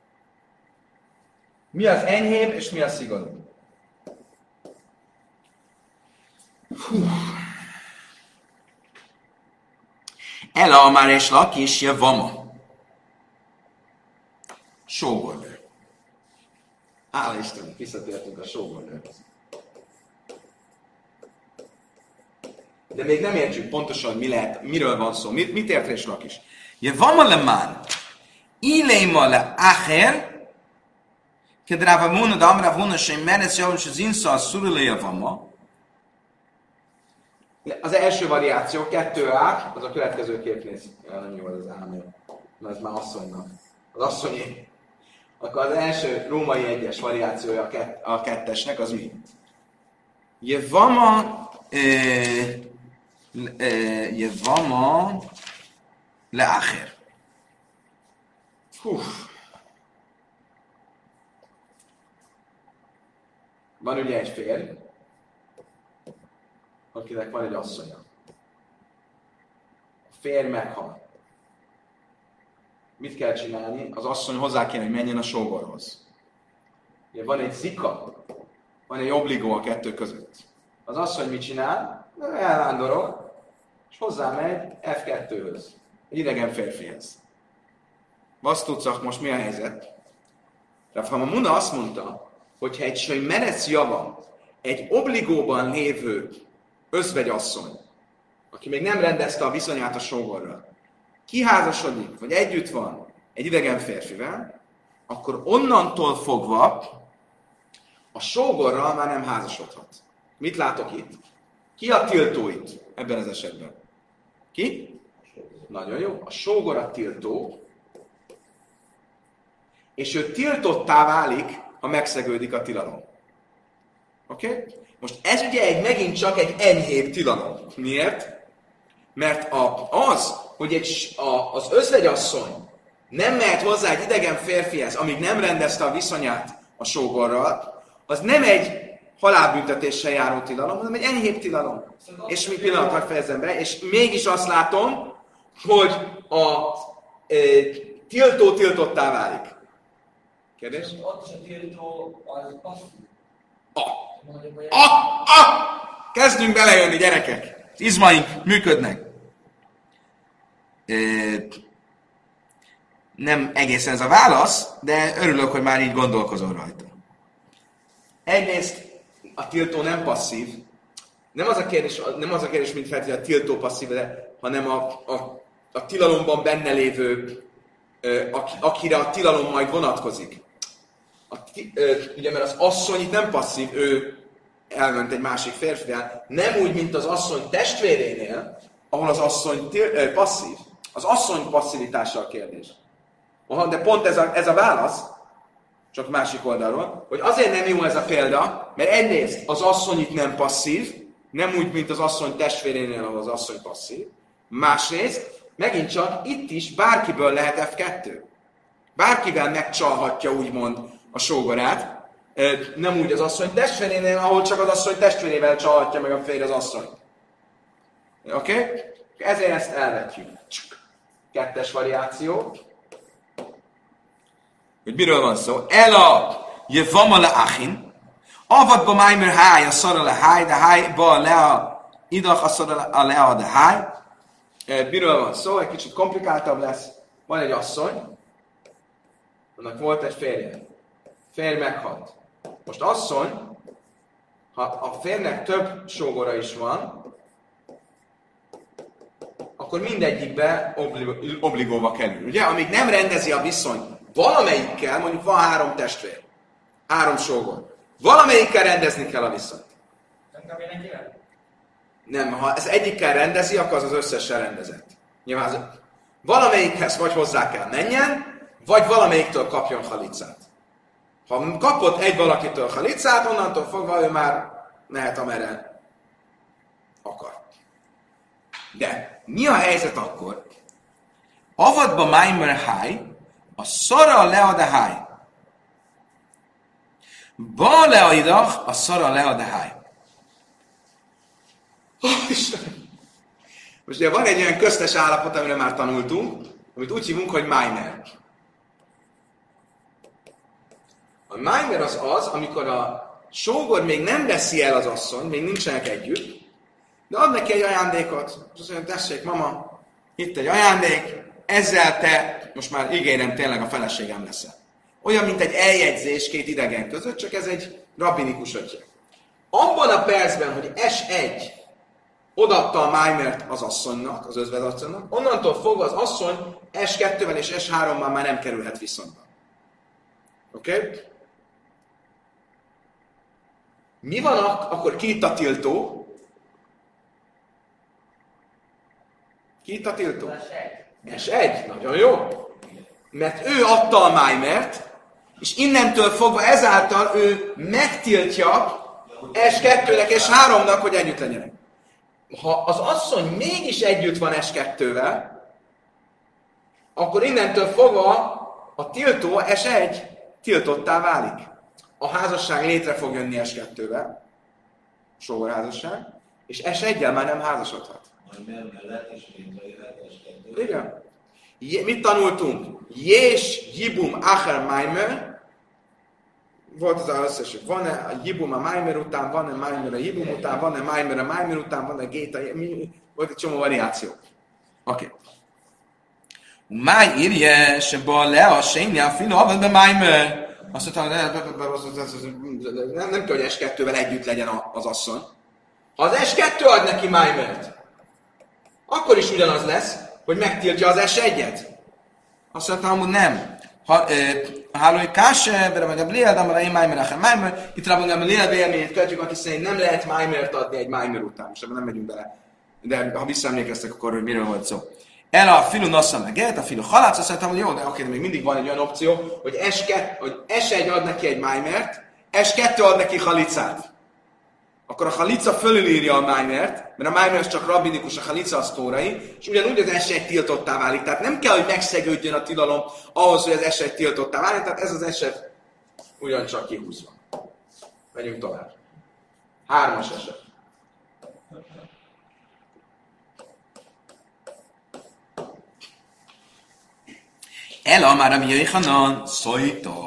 Mi az enyhébb, és mi a szigorúbb? Ela már és Lakis Javama. Sógornő. Hála Istennek, visszatértünk a sógornőhez. De még nem értjük pontosan, hogy mi lehet, miről van szó. Mit, mit ért és Lakis? Javama le man. Iléma le acher. Kedráva múna, de amra vúna, sem meresz javon, se zinsza a szurule Javama. Az első variáció, kettő á, az a következő kép néz. Ja, nem jó az álmény. Mert ez már asszonynak. Az asszonyé. Akkor az első római egyes variációja a, kett, a kettesnek, az mi? Jevama Jevama leacher. Hú. Van ugye egy férj, akinek van egy asszonya. A férj meghal. Mit kell csinálni? Az asszony hozzá kéne, hogy menjen a sógorhoz. Ugye van egy zika, van egy obligó a kettő között. Az asszony mit csinál? Elvándorol, és hozzámegy ef kettőhöz, egy idegen férfihez. Vasztucak, most mi a helyzet? Rav Hamamuna azt mondta, hogyha egy saj merec java, egy obligóban lévő özvegyasszony, aki még nem rendezte a viszonyát a sógorral, kiházasodik, vagy együtt van egy idegen férfivel, akkor onnantól fogva a sógorral már nem házasodhat. Mit látok itt? Ki a tiltó itt ebben az esetben? Ki? Nagyon jó. A sógor a tiltó, és ő tiltottá válik, ha megszegődik a tilalom. Oké? Okay? Most ez ugye egy, megint csak egy enyhébb tilalom. Miért? Mert a, az, hogy egy, a, az özvegyasszony nem mehet hozzá egy idegen férfihez, amíg nem rendezte a viszonyát a sógorral, az nem egy halálbüntetéssel járó tilalom, hanem egy enyhébb tilalom. Szóval és mi pillanatban fejezem be, és mégis azt látom, hogy a e, tiltó tiltottá válik. Kérdés? Ott is a tiltó az passzív. A. A. A. Kezdünk belejönni, gyerekek. Izmaink működnek. E, nem egészen ez a válasz, de örülök, hogy már így gondolkozol rajta. Egyrészt a tiltó nem passzív. Nem az a kérdés, nem az a kérdés, mint feltétlenül a tiltó passzív, de, hanem a, a, a tilalomban benne lévő, aki, akire a tilalom majd vonatkozik. A, ugye, mert az asszony itt nem passzív, ő elment egy másik férfivel, nem úgy, mint az asszony testvérénél, ahol az asszony til, passzív. Az asszony passzivitása a kérdés. De pont ez a, ez a válasz, csak másik oldalról, hogy azért nem jó ez a példa, mert egyrészt az asszony itt nem passzív, nem úgy, mint az asszony testvérénél, ahol az asszony passzív. Másrészt, megint csak itt is bárkiből lehet ef kettő. Bárkivel megcsalhatja úgymond a sógorát, nem úgy az asszony testvérénél, ahol csak az asszony testvérével csalhatja meg a férj az asszony. Oké? Okay? Ezért ezt elvetjük. Kettes variáció. hogy miről van szó. Ela jevama le achin, avadba májmer háj, a szara le háj, de hájba le a idach, a szara le a de háj. Miről van szó? Egy kicsit komplikáltabb lesz. Van egy asszony, annak volt egy férje. Férj meghalt. Most asszony, ha a férnek több sógora is van, akkor mindegyikbe obli- obligóba kerül. Ugye? Amíg nem rendezi a viszonyt valamelyikkel, mondjuk van három testvér, három sógor. Valamelyikkel rendezni kell a viszonyt. Nem kell mindenkivel? Nem, ha ez egyikkel rendezi, akkor az az összessel rendezett. Nyilván az, valamelyikhez vagy hozzá kell menjen, vagy valamelyiktől kapjon halicát. Ha kapott egy valakitől halicát, onnantól fogva ő már mehet amerre akar. De mi a helyzet akkor? Avadba májmer háj, a szara lead a háj. Ba leaidach, a szara lead a háj. Most ugye van egy olyan köztes állapot, amire már tanultunk, amit úgy hívunk, hogy májmer. A májmer az az, amikor a sógor még nem veszi el az asszony, még nincsenek együtt, de ad neki egy ajándékot. És azt mondja, tessék, mama, itt egy ajándék, ezzel te most már ígérem, tényleg a feleségem leszel. Olyan, mint egy eljegyzés két idegen között, csak ez egy rabbinikus ötje. Abban a percben, hogy es egy odaadta a májmert az asszonynak, az özvedasszonynak, onnantól fogva az asszony es kettővel és es hárommal már nem kerülhet viszonyba. Oké? Okay? Mi van ak- akkor ki itt a tiltó? Ki itt a tiltó? es egy. Nagyon jó. Mert ő adta a májmert, és innentől fogva ezáltal ő megtiltja es kettőnek és háromnak, hogy együtt legyenek. Ha az asszony mégis együtt van es kettővel, akkor innentől fogva a tiltó es egy tiltottá válik. A házasság létre fog jönni es kettővel, sógorházasság, és es egyel már nem házasodhat. Majd mellett is létrejöhet es kettő. Igen. Je, mit tanultunk? Jés, jibum, acher, maimer. Volt az összes, van-e a jibum a maimer után, van-e maimer a jibum után, van-e maimer a maimer után, van-e gét a... Volt egy csomó variáció. Oké. Okay. Máj írje, se bal le a sénye, a fino, avad be maimer. Azt mondta, nem, nem kell, hogy es kettővel együtt legyen az asszony. Ha az es kettő ad neki májmert, akkor is ugyanaz lesz, hogy megtiltja az es egyet. Azt mondta, hogy nem. Hálói káse, de meg a bliadam, a én májmer, a májmer. Itt rabban a bliad élményét követjük, aki szerint nem lehet májmert adni egy májmer után. Most ebben nem megyünk bele. De ha visszaemlékeztek, akkor hogy miről volt szó. El a filu nassza meg el, a filu halálsz, azt mondtam, hogy jó, de oké, de még mindig van egy olyan opció, hogy es egy ad neki egy májmert, es kettő ad neki halicát. Akkor a halica fölülírja a májmert, mert a májmer az csak rabbinikus, a halica az tórai, és ugyanúgy az es egy tiltottá válik. Tehát nem kell, hogy megszegődjön a tilalom ahhoz, hogy az es egy tiltottá válik, tehát ez az eset ugyancsak kihúzva. Menjünk tovább. Hármas eset. Ela már a Jöjhanan, szojta.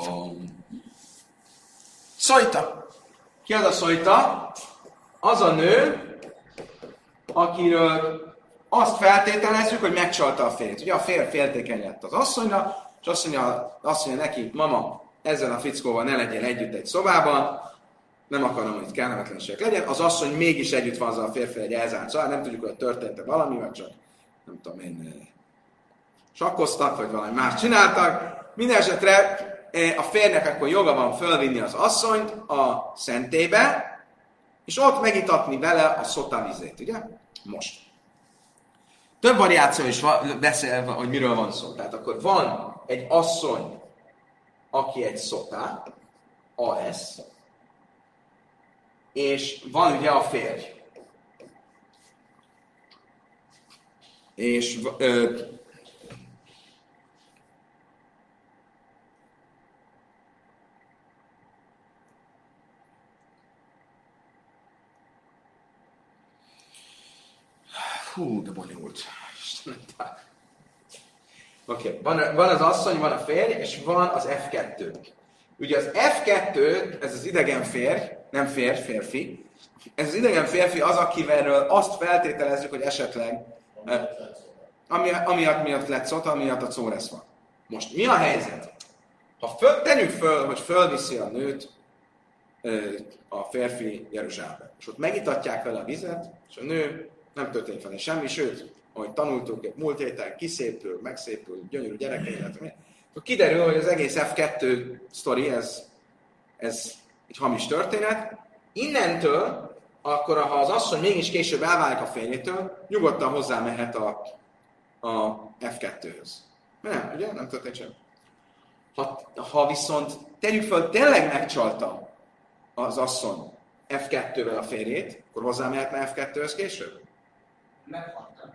Szojta. Ki az a szojta? Az a nő, akiről azt feltételezzük, hogy megcsalta a férjét. Ugye a férj féltékeny lett az asszonyra, és azt mondja, azt mondja neki, mama, ezzel a fickóval ne legyél együtt egy szobában, nem akarom, hogy itt kellemetlenségek legyen. Az asszony mégis együtt van azzal a férfi egy elzárt szóval, nem tudjuk, hogy történt-e valami, vagy csak, nem tudom én, sakkoztak, vagy valami más csináltak. Mindenesetre a férnek akkor joga van fölvinni az asszonyt a szentélybe, és ott megitatni vele a szotá vizét, ugye? Most. Több variáció is van, beszélve, hogy miről van szó. Tehát akkor van egy asszony, aki egy szotá, á es, és van ugye a férj. És ö, Hú, de bonyolult. Oké, okay. van, van az asszony, van a férj, és van az ef kettő. Ugye az ef kettő, ez az idegen férj, nem férj, férfi, ez az idegen férfi az, akivel azt feltételezzük, hogy esetleg ami, amiatt miatt lett szota, amiatt a córesz van. Most mi a helyzet? Ha föl, tegyük föl, hogy fölviszi a nőt a férfi Jeruzsálembe, és ott megitatják vele a vizet, és a nő nem történik vele semmi, sőt, ahogy tanultuk, múlt héten kiszépül, megszépül, gyönyörű gyerekei, akkor kiderül, hogy az egész ef kettő sztori, ez, ez egy hamis történet. Innentől, akkor ha az asszony mégis később elválik a férjétől, nyugodtan hozzámehet a, a ef kettőhöz. Nem, ugye? Nem történt semmi. Ha, ha viszont tegyük föl, tényleg megcsalta az asszony ef kettővel a férjét, akkor hozzámehetne ef kettőhöz később? Meghaltam.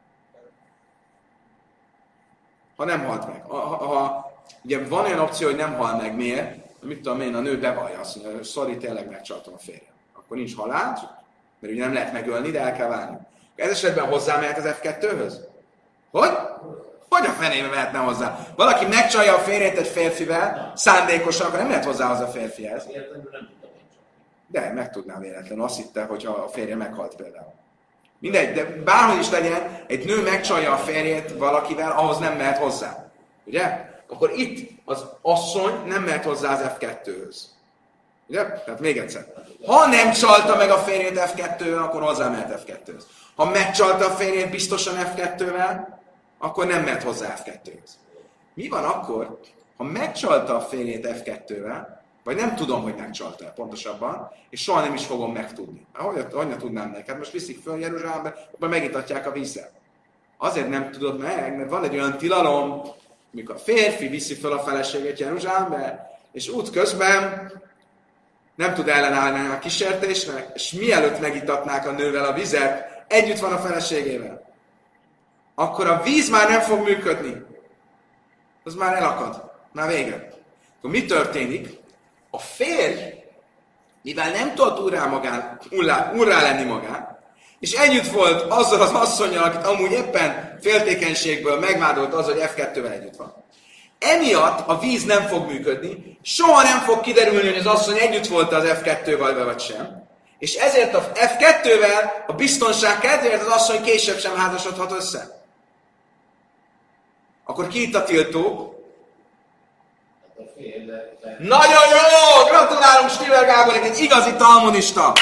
Ha nem halt meg. Ha, ha, ha, ugye van olyan opció, hogy nem hal meg. Miért? Mit tudom én, a nő bevallja azt mondja, hogy sorry, tényleg megcsaltam a férjem. Akkor nincs halál, mert ugye nem lehet megölni, de el kell válni. Ez esetben hozzámehet az ef kettőhöz? Hogy? Hogy a fenébe mehetne hozzá? Valaki megcsalja a férjét egy férfivel, szándékosan, akkor nem lehet hozzá az a férfihez. De meg tudná véletlenül. Azt hitte, hogy a férje meghalt például. Mindegy, de bárhogy is legyen, egy nő megcsalja a férjét valakivel, ahhoz nem mehet hozzá. Ugye? Akkor itt az asszony nem mehet hozzá az ef kettőhöz. Ugye? Tehát még egyszer. Ha nem csalta meg a férjét ef kettővel, akkor hozzá mehet ef kettőhöz. Ha megcsalta a férjét biztosan ef kettővel, akkor nem mehet hozzá ef kettőhöz. Mi van akkor, ha megcsalta a férjét ef kettővel, vagy nem tudom, hogy megcsalta pontosabban, és soha nem is fogom megtudni. Hogy, hogy ne tudnám neked? Most viszik föl Jeruzsálembe, akkor megitatják a vízzel. Azért nem tudod meg, mert van egy olyan tilalom, mikor a férfi viszi föl a feleségét Jeruzsálembe, és útközben nem tud ellenállni a kísértésnek, és mielőtt megitatnák a nővel a vizet, együtt van a feleségével. Akkor a víz már nem fog működni. Az már elakad. Már vége. Akkor mi történik? A férj, mivel nem tudott urrá, magán, urrá, urrá lenni magán, és együtt volt azzal az asszonnyal, akit amúgy éppen féltékenységből megvádolt az, hogy ef kettővel együtt van. Emiatt a víz nem fog működni, soha nem fog kiderülni, hogy az asszony együtt volt az ef kettővel vagy sem, és ezért az ef kettővel a biztonság kedvéért az asszony később sem házasodhat össze. Akkor ki itt a tiltó? Nagyon jó! Gratulálunk Stiver Gábornak, egy igazi talmudista!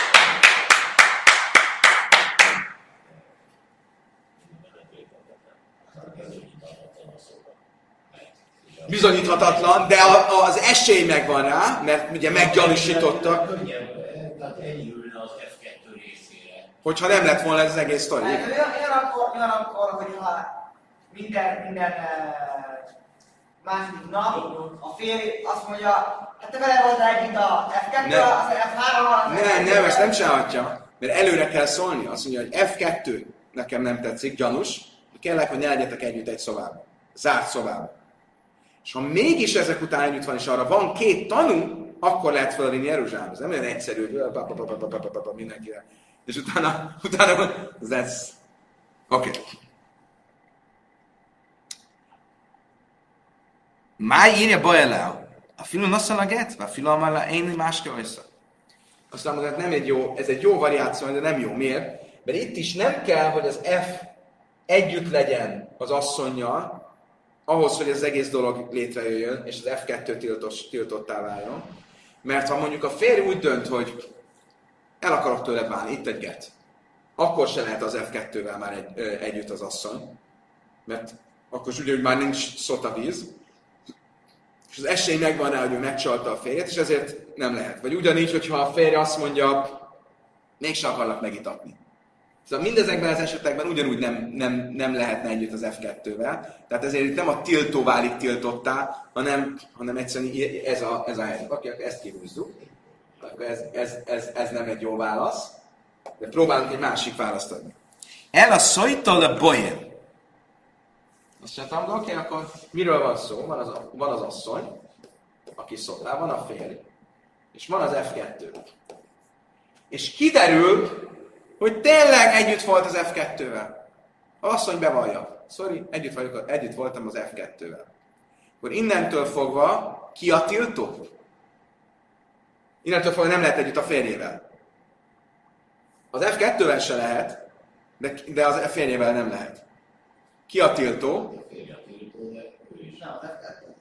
Bizonyíthatatlan, de az esély megvan rá, mert ugye meggyanúsítottak. Tehát enyhülne az ef kettő részére. Hogyha nem lett volna ez az egész sztori. Olyan akkor, olyan akkor, hogyha minden, minden második nap a férj azt mondja, hát te vele voltál együtt a ef kettő, az ef három. Nem, nem, ezt nem csinálhatja, mert előre kell szólni. Azt mondja, hogy ef kettő nekem nem tetszik, gyanús, kellek, hogy ne legyetek együtt egy szobában. Zárt szobában. És ha mégis ezek után együtt van, és arra van két tanú, akkor lehet felvinni Jeruzsálembe. Ez nem olyan egyszerű, hogy mindenkire. És utána, utána, that's... Oké. Okay. Máj írja Bajeleo. A film nasszal a get? A film amellett én máska össze. Aztán mondom, nem egy jó, ez egy jó variáció, de nem jó. Miért? Mert itt is nem kell, hogy az F együtt legyen az asszonnyal, ahhoz, hogy az egész dolog létrejöjjön, és az ef kettő tiltos, tiltottá váljon. Mert ha mondjuk a férj úgy dönt, hogy el akarok tőled válni, itt egy get, akkor se lehet az ef kettővel már egy, ö, együtt az asszony, mert akkor ugye, hogy már nincs szota víz, és az esély megvan rá, hogy ő megcsalta a férjet, és ezért nem lehet. Vagy ugyanígy, hogyha a férj azt mondja, mégsem akarlak megitatni. Szóval mindezekben az esetekben ugyanúgy nem, nem, nem lehetne együtt az ef kettővel. Tehát ezért itt nem a tiltó válik tiltottá, hanem, hanem egyszerűen ez a, ez a helyzet. Oké, akkor ezt kihúzzuk. Akkor ez, ez, ez, ez nem egy jó válasz. De próbálunk egy másik választ adni. El a szojtól a bolyén. Azt mondtam, hogy oké, okay, akkor miről van szó? Van az, van az asszony, aki szolgál, van a férj, és van az ef kettő. És kiderül, hogy tényleg együtt volt az ef kettővel. Az asszony bevallja. Sorry, együtt, vagyok, együtt voltam az ef kettővel. Akkor innentől fogva ki a tiltó? Innentől fogva nem lehet együtt a férjével. Az ef kettővel se lehet, de, de az férjével nem lehet. Ki a tiltó? Nem, az ef kettő.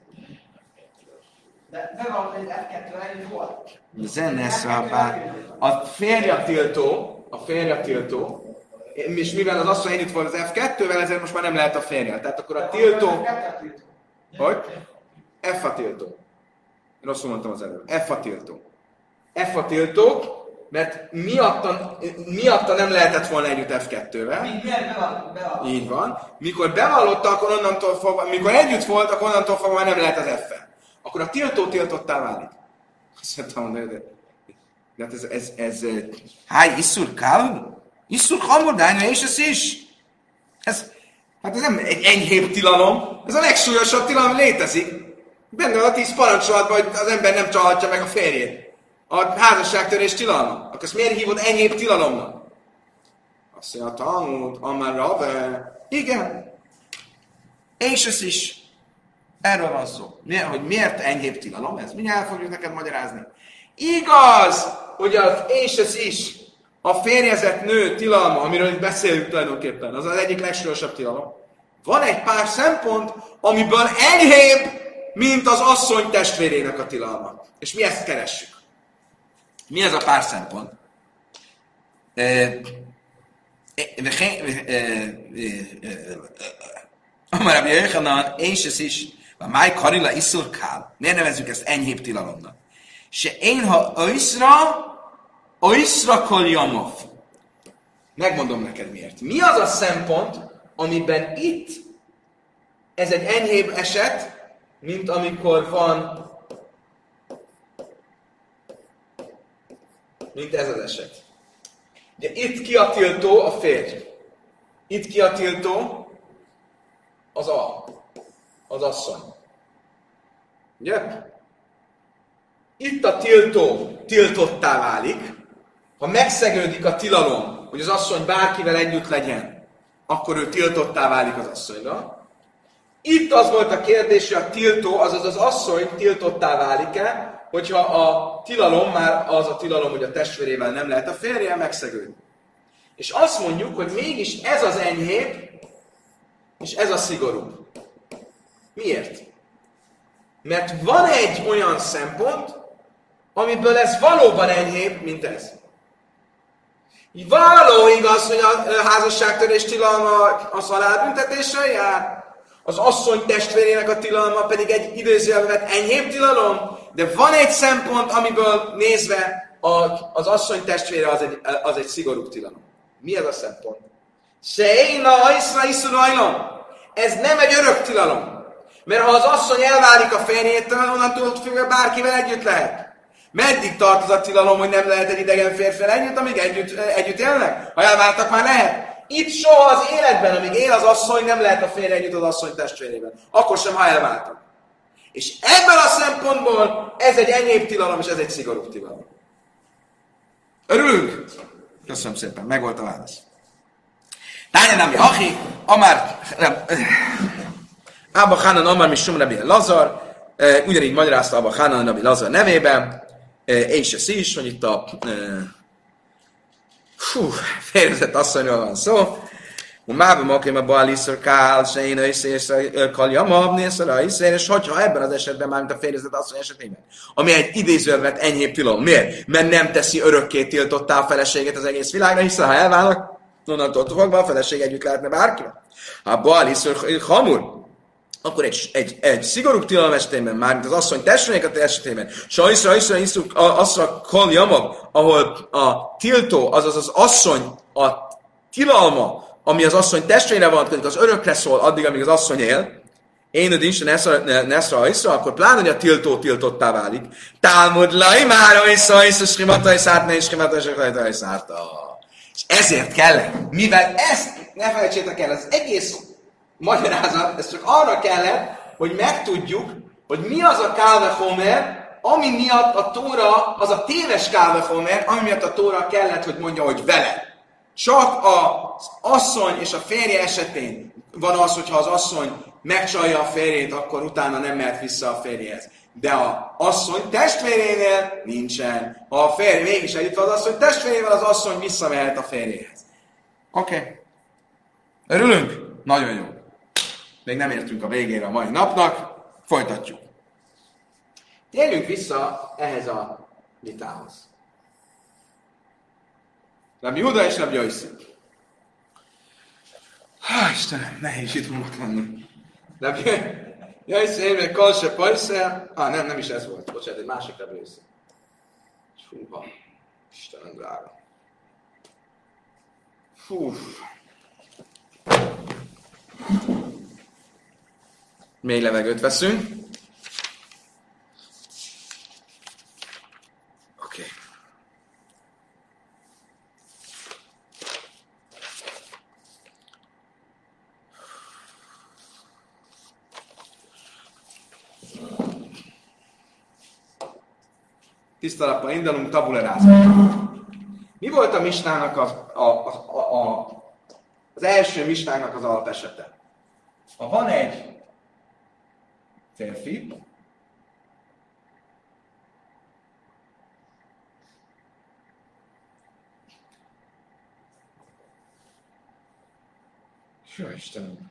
De bevallom, hogy az ef kettővel együtt volt. A férje a tiltó, a férje a tiltó, és mivel az asszony együtt volt az ef kettővel, ezért most már nem lehet a férjel. Tehát akkor a tiltó... Hogy? F a tiltó. Rosszul mondtam az előbb. F a tiltó. F a tiltó, mert miatta, miatta nem lehetett volna együtt ef kettővel. Miért bevallott? Így van. Mikor bevallotta, akkor onnantól fogva, mikor együtt volt, akkor onnantól fogva már nem lehet az F-fel. Akkor a tiltó tiltottá válik. Azt mondtam, de, de, de hát ez, ez, ez, háj, iszur kál? Iszur hamordánya, és ez is. Ez, hát ez nem egy enyhébb tilalom, ez a legsúlyosabb tilalom létezik. Benne van a tíz parancsolatban, hogy az ember nem csalhatja meg a férjét. A házasságtörés tilalma. Akkor ezt miért hívod enyhébb tilalomnak? Azt mondja, a Talmud, Amar Rave. Igen. És ez is. Erről van szó. Miért, hogy miért enyhébb tilalom? Ez mindjárt fogjuk neked magyarázni. Igaz, hogy az és ez is. A férjezett nő tilalma, amiről itt beszélünk tulajdonképpen, az az egyik legsúlyosabb tilalom. Van egy pár szempont, amiből enyhébb, mint az asszony testvérének a tilalma. És mi ezt keressük. Mi ez a pár szempont? Amar Rabbi Yochanan, és ez is, a máj karila iszur kál. Miért nevezzük ezt enyhébb tilalomnak? Se én, ha oiszra, oiszra kol jamov. Megmondom neked miért. Mi az a szempont, amiben itt ez egy enyhébb eset, mint amikor van, mint ez az eset. Ugye itt ki a tiltó? A férj. Itt ki a tiltó? Az a. Az asszony. Ugye? Itt a tiltó tiltottá válik. Ha megszegődik a tilalom, hogy az asszony bárkivel együtt legyen, akkor ő tiltottá válik az asszonyra. Itt az volt a kérdés, hogy a tiltó, azaz az asszony tiltottá válik-e, hogyha a tilalom, már az a tilalom, hogy a testvérével nem lehet a férjel megszegődni. És azt mondjuk, hogy mégis ez az enyhébb, és ez a szigorúbb. Miért? Mert van egy olyan szempont, amiből ez valóban enyhébb, mint ez. Való igaz, hogy a házasságtörés tilalma a halálbüntetéssel jár, az asszony testvérének a tilalma pedig egy időzőjelvet enyhébb tilalom, de van egy szempont, amiből nézve az asszony testvére az egy, az egy szigorúbb tilalom. Mi ez a szempont? Seina iszra iszurajlom. Ez nem egy örök tilalom. Mert ha az asszony elválik a férjétől, onnantól függve bárkivel együtt lehet. Meddig tart az a tilalom, hogy nem lehet egy idegen férfivel együtt, amíg együtt, együtt élnek? Ha elváltak, már lehet. Itt soha az életben, amíg él az asszony, nem lehet a férje együtt az asszony testvérében. Akkor sem, ha elváltak. És ebből a szempontból ez egy enyhébb tilalom, és ez egy szigorúbb tilalom. Örülünk? Köszönöm szépen, meg volt a válasz. Tányan Ami Achi, Amár, Abba Hánan, Amár Misum Rabbi Lazar, ugyanígy magyarázta Abba Hánan Rabbi Lazar nevében, és ez is, hogy itt a Hú, félrezett asszonyról van szó. Mába makim a baliszor kál, se én összeérsz kalja mabnészor a iszér, és hogyha ebben az esetben, már mint a félrezett asszony esetében, ami egy idézővet enyhébb tilalom. Miért? Mert nem teszi örökké tiltottá a feleséget az egész világra, hiszen ha elválnak, onnantól fogva a feleség együtt lehetne bárkivel. Ha baliszor hamur, akkor egy, egy, egy szigorúbb tilalom esetében, mármint az asszony testvérének esetében, sajszra, iszra, iszra, asszra kol jamab, ahol a tiltó, azaz az asszony, a tilalma, ami az asszony testvére vonatkozik, az örökre szól addig, amíg az asszony él, én öd is, neszra, iszra, akkor pláne, hogy a tiltó tiltottá válik. Talmud lai már, iszra, iszra, skrimatai szártna, és skrimatai skrimatai szárta. És ezért kellett, mivel ezt, ne felejtsétek el, az egész magyarázat, ez csak arra kellett, hogy megtudjuk, hogy mi az a kálvehomer, ami miatt a Tóra, az a téves kálvehomer, ami miatt a Tóra kellett, hogy mondja, hogy vele. Csak az asszony és a férje esetén van az, hogyha az asszony megcsalja a férjét, akkor utána nem mehet vissza a férjéhez. De a asszony testvérénél nincsen. Ha a férj mégis együtt van az asszony testvérével, az asszony visszamehet a férjéhez. Oké. Okay. Örülünk? Nagyon jó. Még nem értünk a végére a mai napnak. Folytatjuk. Térjünk vissza ehhez a vitához. Rabbi Huda és Rabbi Yossi. Há, Istenem, nehéz itt most lenni. Rabbi Yossi, én meg Kalse Pajsze. Ah, nem, nem is ez volt. Bocsánat, egy másik Rabbi Yossi. Fúha. Istenem drága. Fú. Mély levegőt veszünk. Oké. Okay. Tiszta lappal indulunk, tabulerázunk. Mi volt a misnának az, a, a, a, a, az első misnának az alapesete? Ha van egy férfi, Jó Istenem!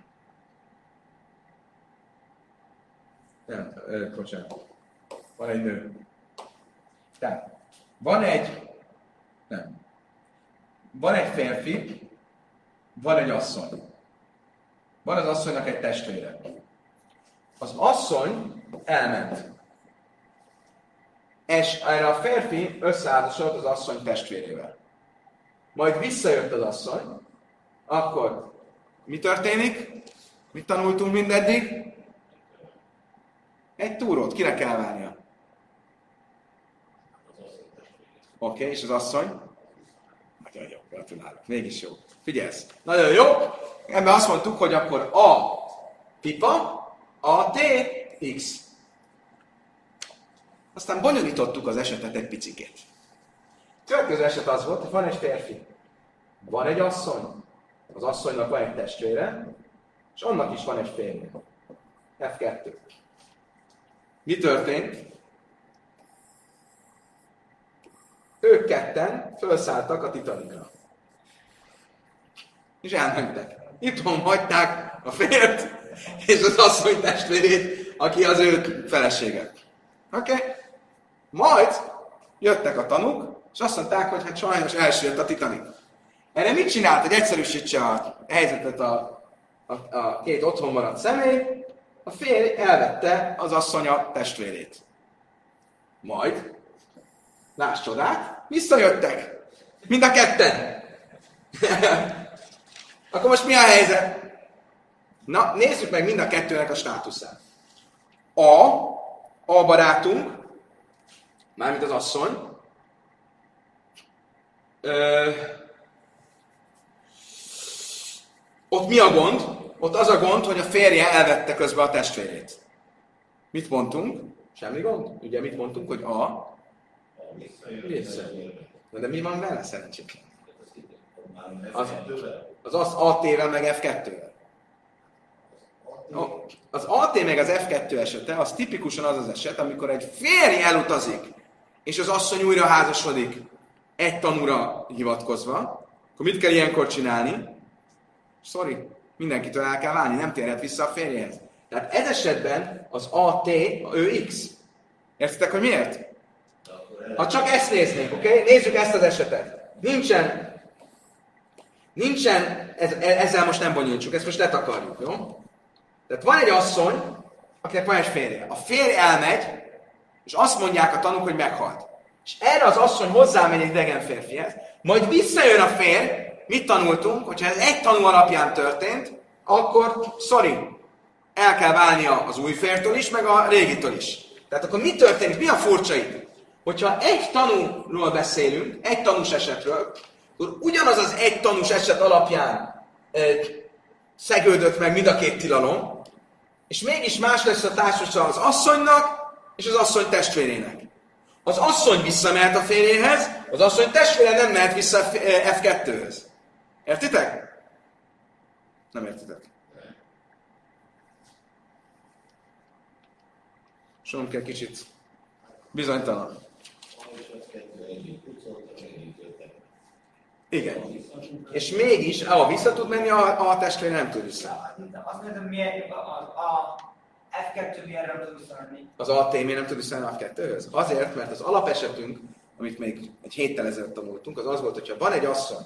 Nem, bocsánat. Van egy nő. Tehát, van egy, nem. Van egy férfi, van egy asszony. Van az asszonynak egy testvére. Az asszony elment. És erre a férfi összeházasodott az asszony testvérével. Majd visszajött az asszony, akkor mi történik? Mit tanultunk mindeddig? Egy túrót, kire kell várnia? Oké, okay, és az asszony? Nagyon jó, gratulálok, mégis jó. Figyelsz, nagyon jó. Ebben azt mondtuk, hogy akkor A pipa, A T X. Aztán bonyolítottuk az esetet egy picikét. Következő eset az volt, hogy van egy férfi, van egy asszony, az asszonynak van egy testvére, és annak is van egy férje. F kettő. Mi történt? Ők ketten felszálltak a Titanicra. És elmentek. Itthon hagyták a férjt és az asszony testvérét, aki az ő felesége. Oké? Okay? Majd jöttek a tanúk, és azt mondták, hogy hát sajnos elsőjött a Titanic. Erre mit csinált, hogy egyszerűsítse a helyzetet a, a, a két otthon maradt személy? A férj elvette az asszonya testvérét. Majd, láss csodát, visszajöttek. Mind a ketten. Akkor most mi a helyzet? Na, nézzük meg mind a kettőnek a státuszát. A, a barátunk, mármint az asszony, ö, ott mi a gond? Ott az a gond, hogy a férje elvette közben a testvérét. Mit mondtunk? Semmi gond. Ugye mit mondtunk, hogy a... Visszajön. De mi van vele szerencsét? Az, az, az á té-vel meg ef kettővel. Az á té meg az ef kettő esete, az tipikusan az az eset, amikor egy férj elutazik, és az asszony újra házasodik egy tanúra hivatkozva, akkor mit kell ilyenkor csinálni? Sorry, mindenkitől el kell válni, nem térhet vissza a férjéhez. Tehát ez esetben az á té, ő X. Értitek, hogy miért? Ha csak ezt néznénk, oké? Okay? Nézzük ezt az esetet. Nincsen, nincsen, ez, ezzel most nem bonyolítsuk, ezt most letakarjuk, jó? Tehát van egy asszony, akinek van egy férje. A férj elmegy, és azt mondják a tanúk, hogy meghalt. És erre az asszony hozzámegy egy idegen férfihez, majd visszajön a férj, mit tanultunk, hogyha ez egy tanú alapján történt, akkor, sorry, el kell válnia az új férjtől is, meg a régitől is. Tehát akkor mi történik? Mi a furcsa itt? Hogyha egy tanúról beszélünk, egy tanús esetről, akkor ugyanaz az egy tanús eset alapján e, szegődött meg mind a két tilalom, és mégis más lesz a társaság az asszonynak és az asszony testvérének. Az asszony visszamehet a férjéhez, az asszony testvére nem mehet vissza ef kettőhöz. Értitek? Nem értitek. Soron kell kicsit bizonytalan. Igen. És mégis, ahol vissza tud menni, a, a testvére nem tud vissza. Azt mondom, miért a, a ef kettő miért nem tud visszamenni? Az á té miért nem tud visszamenni a ef kettőhöz? Azért, mert az alapesetünk, amit még egy héttel ezelőtt tanultunk, az az volt, hogyha van egy asszony,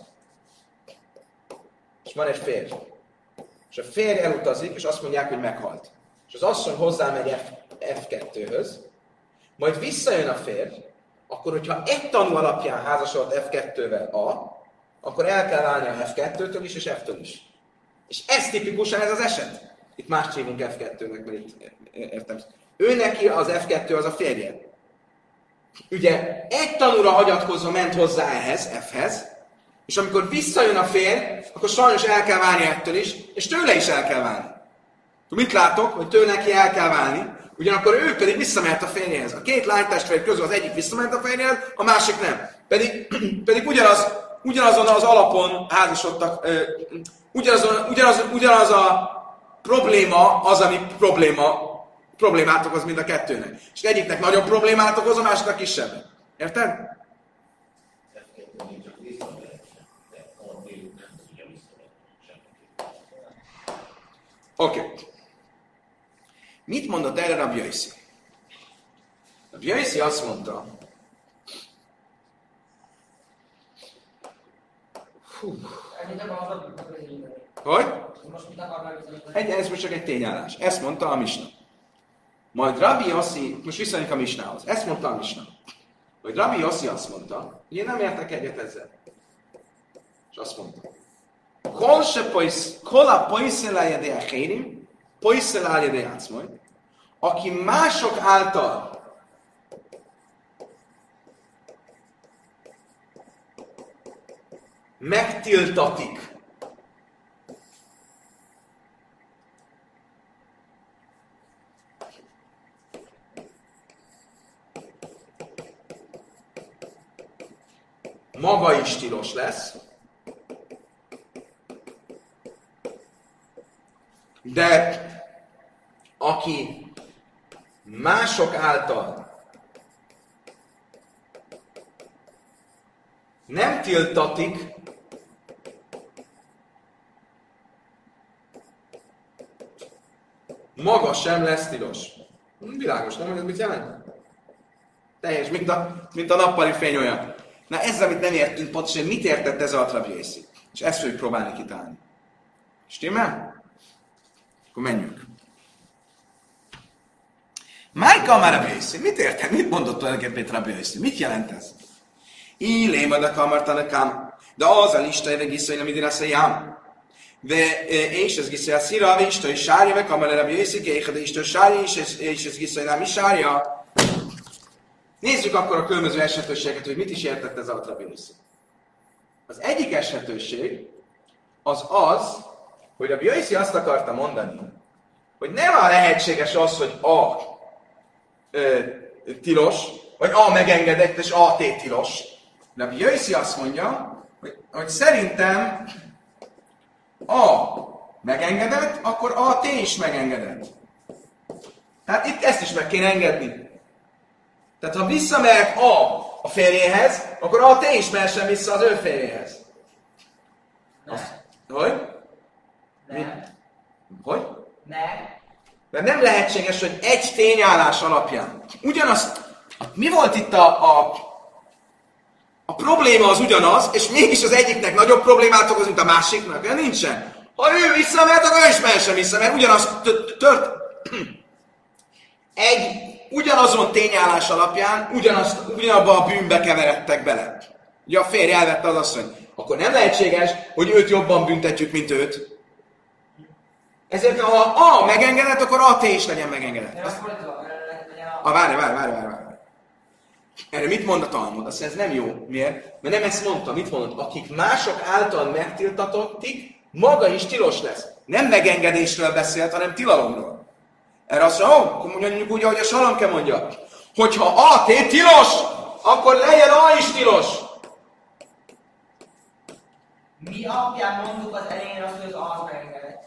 és van egy férj, és a férj elutazik, és azt mondják, hogy meghalt. És az asszony hozzámegy ef kettőhöz, majd visszajön a férj, akkor, hogyha egy tanú alapján házasodott ef kettővel A, akkor el kell válni a ef kettőtől is, és F-től is. És ez tipikusan ez az eset. Itt más hívunk ef kettőnek, mert itt értem. Ő neki az ef kettő az a férje. Ugye egy tanúra hagyatkozva ment hozzá ehhez, F-hez, és amikor visszajön a férj, akkor sajnos el kell válni ettől is, és tőle is el kell válni. Mit látok? Hogy tőle neki el kell válni, ugyanakkor ő pedig visszamehet a férjéhez. A két lánytestvér közül az egyik visszamehet a férjéhez, a másik nem. Pedig, pedig ugyanaz, ugyanazon az alapon házasodtak, uh, ugyanazon, ugyanaz, ugyanaz a probléma az, ami probléma, problémát okoz mind a kettőnek. És egyiknek nagyobb problémát okoz, a másiknak kisebb. Érted? Oké. Okay. Mit mondott erre Rabbi Yossi? Rabbi Yossi azt mondta, hú. Hogy? Egy, ez most csak egy tényállás. Ezt mondta a Misna. Majd Rabbi Yossi, most visszanyunk a Misnához. Ezt mondta a Misna. Majd Rabbi Yossi azt mondta, hogy én nem értek egyet ezzel. És azt mondta, Kol se pois, kol a poiszel áljadé a hérim, poiszel áljadé átszmoj, aki mások által megtiltatik maga is tilos lesz, de aki mások által nem tiltatik, maga sem lesz tilos. Világos, nem? Ez mit jelent? Teljes, mint a, mint a nappali fény olyan. Na ez, amit nem értünk pontosan, mit értett ez a Rabbi Yossi? És ezt fogjuk próbálni kitálni. Stimmel? Akkor menjünk. Májka már Rabbi Yossi, mit érted? Mit mondott tulajdonképpen Rabbi Yossi? Mit jelent ez? Illém a kamartanakám, de az a lista, hogy giszolj, nem idén jám. De és ez giszolj a szira, és is sárja, meg kamar Rabbi Yossi, de is sárja, és ez giszolj, nem is sárja. Nézzük akkor a különböző esetőségeket, hogy mit is értett ez a Rabbi Yossi. Az egyik esetőség az az, hogy Rabbi Yossi azt akarta mondani, hogy nem a lehetséges az, hogy A ö, tilos, vagy A megengedett, és A T tilos. Rabbi Yossi azt mondja, hogy, hogy szerintem A megengedett, akkor A T is megengedett. Tehát itt ezt is meg kéne engedni. Tehát ha visszamehet A a férjéhez, akkor A T is mehessen vissza az ő férjéhez. Ne. Hogy? Ne. Hogy? Ne. Mert nem lehetséges, hogy egy tényállás alapján. Ugyanazt, mi volt itt a, a, a probléma az ugyanaz, és mégis az egyiknek nagyobb problémát okoz, mint a másiknak. De nincsen. Ha ő visszamehet, akkor ő is mehessen vissza, mert ugyanaz tört. Egy ugyanazon tényállás alapján ugyanaz, ugyanabba a bűnbe keveredtek bele. Ugye a férj elvette az asszony. Akkor nem lehetséges, hogy őt jobban büntetjük, mint őt. Ezért, ha A megengedett, akkor A T is legyen megengedett. Azt... Ah, várj, várj, várj, várj, várj. Erre mit mond a Talmud? Azt mondja, ez nem jó. Miért? Mert nem ezt mondta. Mit mondott? Akik mások által megtiltatottik, maga is tilos lesz. Nem megengedésről beszélt, hanem tilalomról. Erre azt mondja, ó, akkor mondjuk úgy, ahogy a Salamke mondja. Hogyha A T tilos, akkor legyen A is tilos. mi alapján mondjuk az elején azt, hogy az az megengedett?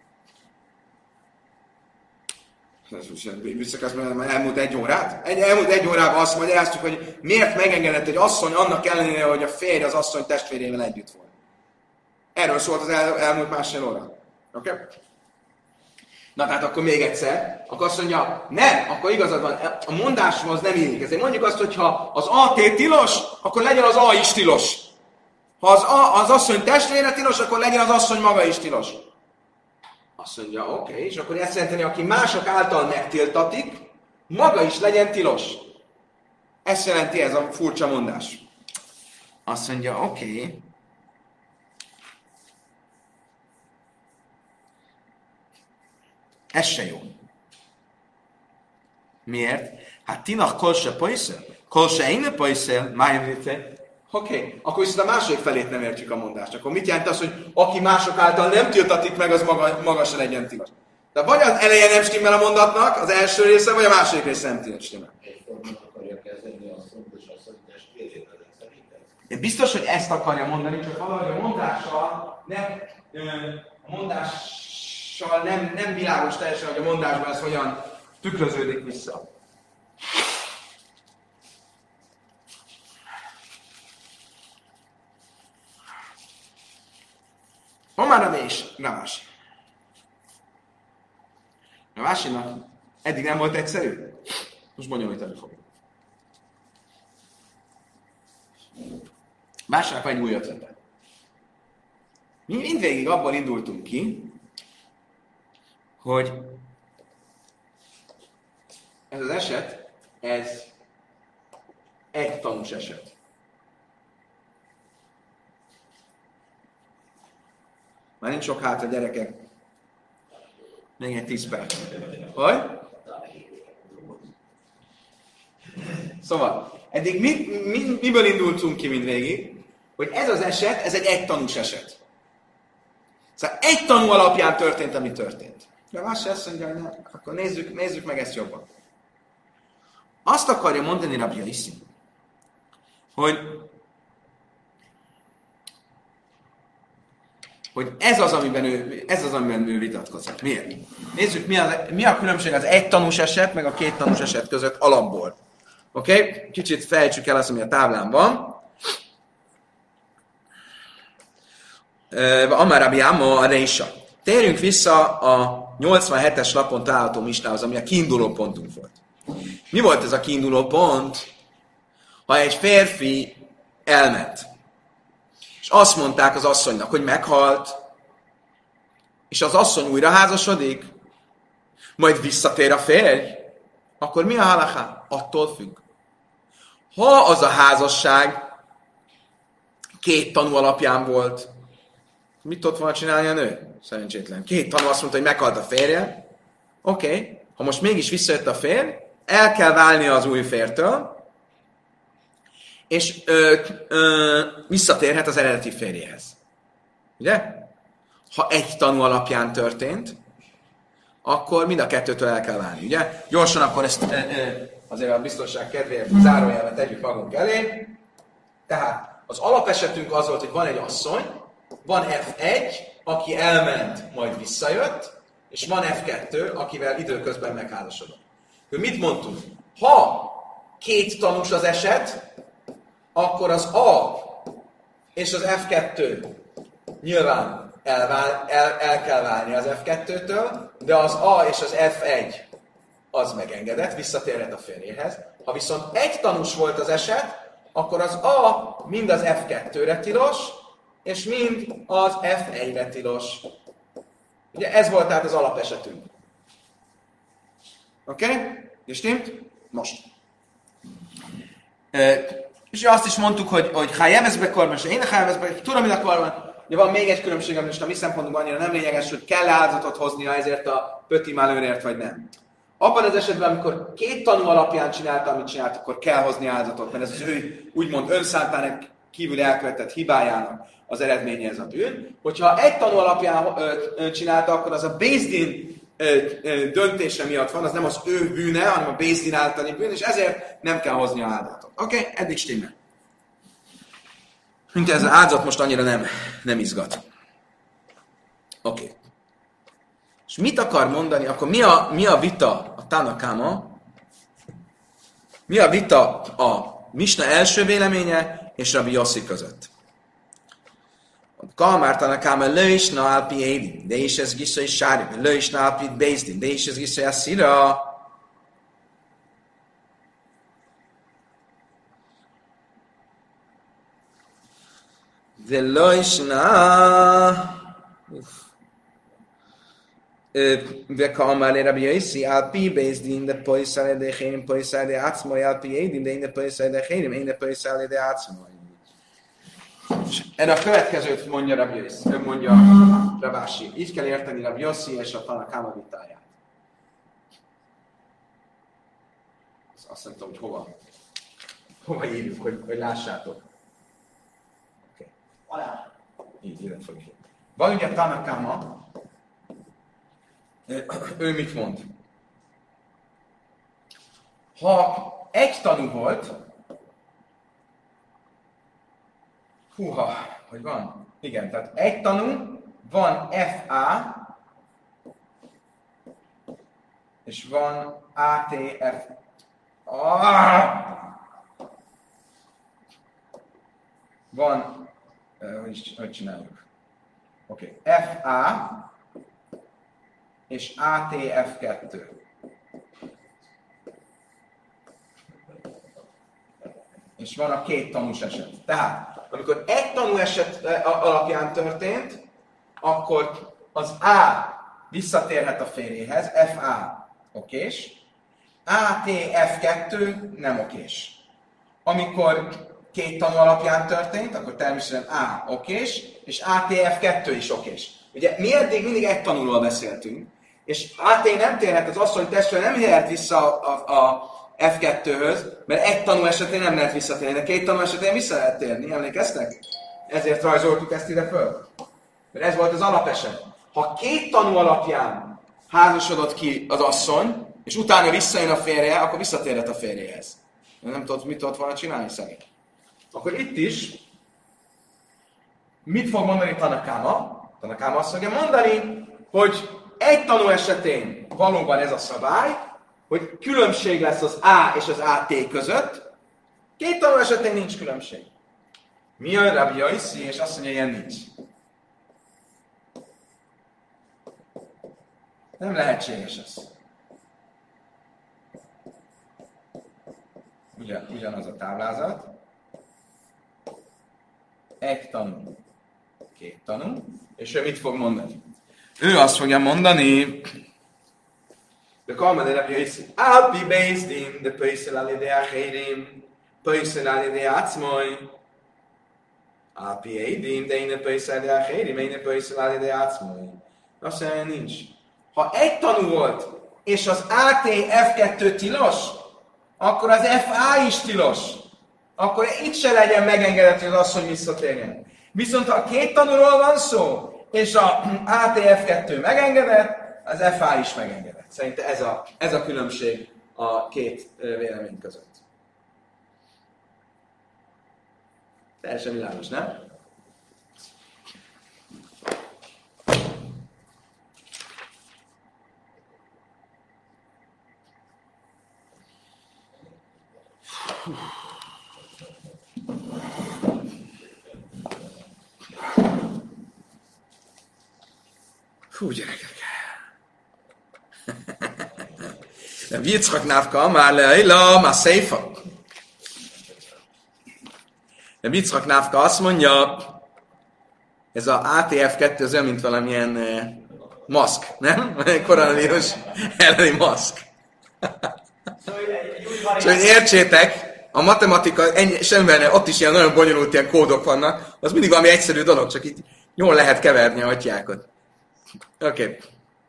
Visszakezd, mert elmúlt egy órát. Egy, elmúlt egy órában azt magyaráztuk, hogy miért megengedett egy asszony annak ellenére, hogy a férj az asszony testvérével együtt volt. Erről szólt az el, elmúlt másfél óra. Oké? Okay? Na tehát akkor még egyszer. Akkor azt mondja, nem, akkor igazad van, a mondáshoz nem illik. Ezért mondjuk azt, hogy ha az A T tilos, akkor legyen az A is tilos. Ha az, a, az asszony testvére tilos, akkor legyen az asszony maga is tilos. Azt mondja, oké, okay, és akkor ezt jelenteni, aki mások által megtiltatik, maga is legyen tilos. Ezt jelenti ez a furcsa mondás. Azt mondja, oké. Okay. Ez se jó. Miért? Hát tinak kolse pajszel, kolse éne pajszel, májemlite. Oké, okay. Akkor viszont a második felét nem értjük a mondást. Akkor mit jelent az, hogy aki mások által nem tiltatik meg, az maga, maga se legyen tilos? De vagy az eleje nem stimmel a mondatnak, az első része, vagy a második része nem stimmel. Egyformán akarja kezdeni a szont és a szont testvérével, szerintem. Biztos, hogy ezt akarja mondani, csak valahogy a mondással nem, a mondással nem, nem világos teljesen, hogy a mondásban ez hogyan tükröződik vissza. Omára és Ravási. Ravásinak eddig nem volt egyszerű. Most bonyolítani fog. Másnak van egy új ötlete. Mi mindvégig abból indultunk ki, hogy ez az eset, ez egy tanús eset. Már nincs sok hátra, gyerekek. Még egy tíz perc. Hogy? Szóval, eddig mi, mi, miből indultunk ki mindvégig? Hogy ez az eset, ez egy egytanús eset. Szóval egy tanú alapján történt, ami történt. De más se azt mondja, hogy ne, akkor nézzük, nézzük meg ezt jobban. Azt akarja mondani Rabbi Yossi, hogy hogy ez az, amiben ő, ez az, amiben ő vitatkozik. Miért? Nézzük, mi a, mi a különbség az egy tanús eset, meg a két tanús eset között alapból. Oké? Okay? Kicsit fejtsük el azt, ami a táblán van. Amár Rabbi Amma a Reisa. Térjünk vissza a nyolcvanhetes lapon található misnához, ami a kiinduló pontunk volt. Mi volt ez a kiinduló pont? Ha egy férfi elment, és azt mondták az asszonynak, hogy meghalt, és az asszony újra házasodik, majd visszatér a férj, akkor mi a halaká? Attól függ. Ha az a házasság két tanú alapján volt, mit tudott volna csinálni a nő? Szerencsétlen. Két tanú azt mondta, hogy meghalt a férje. Oké, okay. Ha most mégis visszajött a férj, el kell válnia az új fértől, és ö, ö, visszatérhet az eredeti férjéhez. Ugye? Ha egy tanú alapján történt, akkor mind a kettőtől el kell válni, ugye? Gyorsan akkor ezt ö, ö, azért a biztonság kedvéért zárójelben tegyük magunk elé. Tehát az alapesetünk az volt, hogy van egy asszony, van F egy, aki elment, majd visszajött, és van F kettő, akivel időközben megházasodott. Mit mondtunk? Ha két tanús az eset, akkor az A és az F kettő nyilván elvál, el, el kell válni az F kettőtől, de az A és az F egy az megengedett, visszatérhet a férjéhez. Ha viszont egy tanús volt az eset, akkor az A mind az F kettőre tilos, és mind az F egyre tilos. Ugye ez volt tehát az alapesetünk. Oké? Okay? És stimmt? Most. E, és azt is mondtuk, hogy, hogy ha jemezbe korban, és én ha jemezbe, tudom, hogy a korban, ugye van még egy különbség, ami most a mi szempontunkban annyira nem lényeges, hogy kell áldozatot hoznia ezért a pöti malőrért, vagy nem. Abban az esetben, amikor két tanú alapján csinálta, amit csinált, akkor kell hozni áldozatot, mert ez az ő úgymond önszántának kívül elkövetett hibájának az eredménye ez a bűn. Hogyha egy tanú alapján ö, ö, csinálta, akkor az a Bézdin döntése miatt van, az nem az ő bűne, hanem a Bézdin általi bűn, és ezért nem kell hozni a áldozatot. Oké? Okay? Eddig stimmel. Mint ez az áldozat most annyira nem, nem izgat. Oké. Okay. És mit akar mondani? Akkor mi a, mi a vita a Tanakáma? Mi a vita a Misna első véleménye és Rabbi Yossi között? Kalmár Tanakáma lős nálpi édim, de is ez gisszai sárim, lős nálpi bézdin, de is ez gisszai a szira. De lős nálpi וכאמר לרבי יוסי, על פי בייס דין דפויס על ידי אחרים, פויס על ידי עצמו, על פי עדים, דין דפויס על ידי אחרים, אין דפויס על ידי עצמו. Erre a következőt mondja Rabbi Yossi, mondja Rabási. Így kell érteni Rabbi Yossi és a Tanakáma vitáját. Azt nem tudom, hogy hova, hova írjuk, hogy, hogy lássátok. Okay. Alá. Így, ide fogjuk. Van ugye Tanakáma, ő mit mond? Ha egy tanú volt, húha, hogy van? Igen, tehát egy tanú, van ef á, és van á té ef. Ah! Van, uh, hogy, hogy csináljuk? Oké, okay. ef á, és á té ef kettő. És van a két tanús eset. Tehát, amikor egy tanú eset alapján történt, akkor az A visszatérhet a férjéhez, ef á okés, á té ef kettő nem okés. Amikor két tanú alapján történt, akkor természetesen A okés, és á té ef kettő is okés. Ugye mi eddig mindig egy tanulról beszéltünk, és á té nem térhet, az asszony testvére nem térhet vissza a, a, a ef kettőhöz, mert egy tanú esetén nem lehet visszatérni, de két tanú esetén vissza lehet térni, emlékeztek? Ezért rajzoltuk ezt ide föl. Mert ez volt az alapeset. Ha két tanú alapján házasodott ki az asszony, és utána visszajön a férje, akkor visszatérhet a férjéhez. Nem tudod, mit tudott volna csinálni szerint. Akkor itt is mit fog mondani Tanakáma? Tanakáma azt fogja mondani, hogy egy tanú esetén valóban ez a szabály, hogy különbség lesz az A és az á té között, két tanú esetén nincs különbség. Mi a Rabbi Yossi, és azt mondja, ilyen nincs. Nem lehetséges ez. Ugyan, ugyanaz a táblázat. Egy tanú, két tanú, és ő mit fog mondani? Ő azt fogja mondani, de kalma de Rabbi Yossi, Alpi Bézdin, de Pöjszel alidé Acherim, Pöjszel alidé Acmoy, Alpi Eidim, de Ine Pöjszel alidé Acherim, Ine Pöjszel alidé Acmoy. Azt mondja, nincs. Ha egy tanú volt, és az á té ef kettő tilos, akkor az ef á is tilos. Akkor itt se legyen megengedett, hogy az asszony visszatérjen. Viszont ha két tanúról van szó, és a á té ef kettő megengedett, az ef á is megengedett. Szerintem ez a, ez a különbség a két vélemény között. Teljesen világos, nem? Hú, gyerekek! Nem Yitzchak Návka, már leila, már széfa. Nem Yitzchak Návka azt mondja, ez a á té ef kettő az olyan, mint valamilyen eh, maszk, nem? Koronavírus elleni maszk. Csak hogy értsétek, a matematika, ennyi, semmivel nem, ott is ilyen nagyon bonyolult ilyen kódok vannak, az mindig valami egyszerű dolog, csak itt jól lehet keverni a atyákat. Oké. Okay.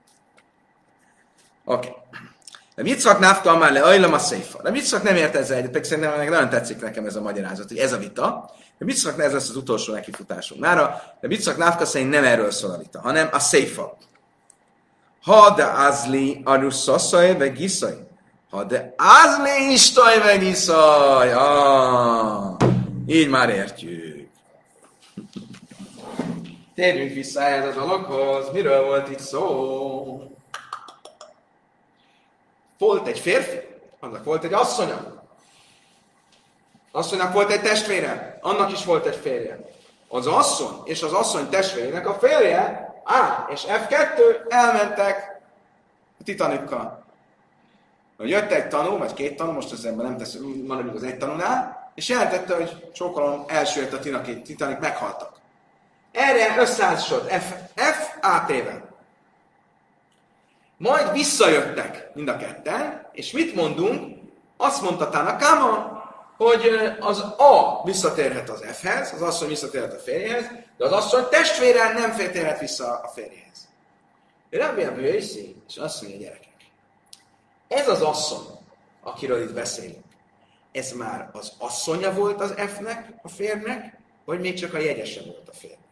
Oké. Okay. De Yitzchak Návka már le ajlam a széfa. De Yitzchak nem ért ezzel egyet, pedig szerintem nagyon tetszik nekem ez a magyarázat, hogy ez a vita. De Yitzchak ez lesz az utolsó nekifutásunk mára. De Yitzchak Návka szerint nem erről szól a vita, hanem a széfa. Ha de azli arusszaszaj ve giszaj. Ha de azli istaj ve giszaj. Ah, így már értjük. térjünk vissza ehhez a dologhoz. Miről volt itt szó? Volt egy férfi, annak volt egy asszonya. Asszonynak volt egy testvére, annak is volt egy férje. Az asszony és az asszony testvérének a férje, A és F kettő elmentek a Titanikkal. Jött egy tanú, vagy két tanú, most az ember nem tesz, maradjuk az egy tanúnál, és jelentette, hogy sokalom elsőért a Titanic, meghaltak. Erre összeházasodott F, F á té-vel. Majd visszajöttek mind a ketten, és mit mondunk? Azt mondta Tanakama, hogy az A visszatérhet az F-hez, az asszony visszatérhet a férjéhez, de az asszony testvére nem térhet vissza a férjéhez. Rabbi Abba-Yossi, és azt mondja, gyerekek, ez az asszony, akiről itt beszélünk, ez már az asszonya volt az F-nek, a férnek, vagy még csak a jegyese volt a férnek?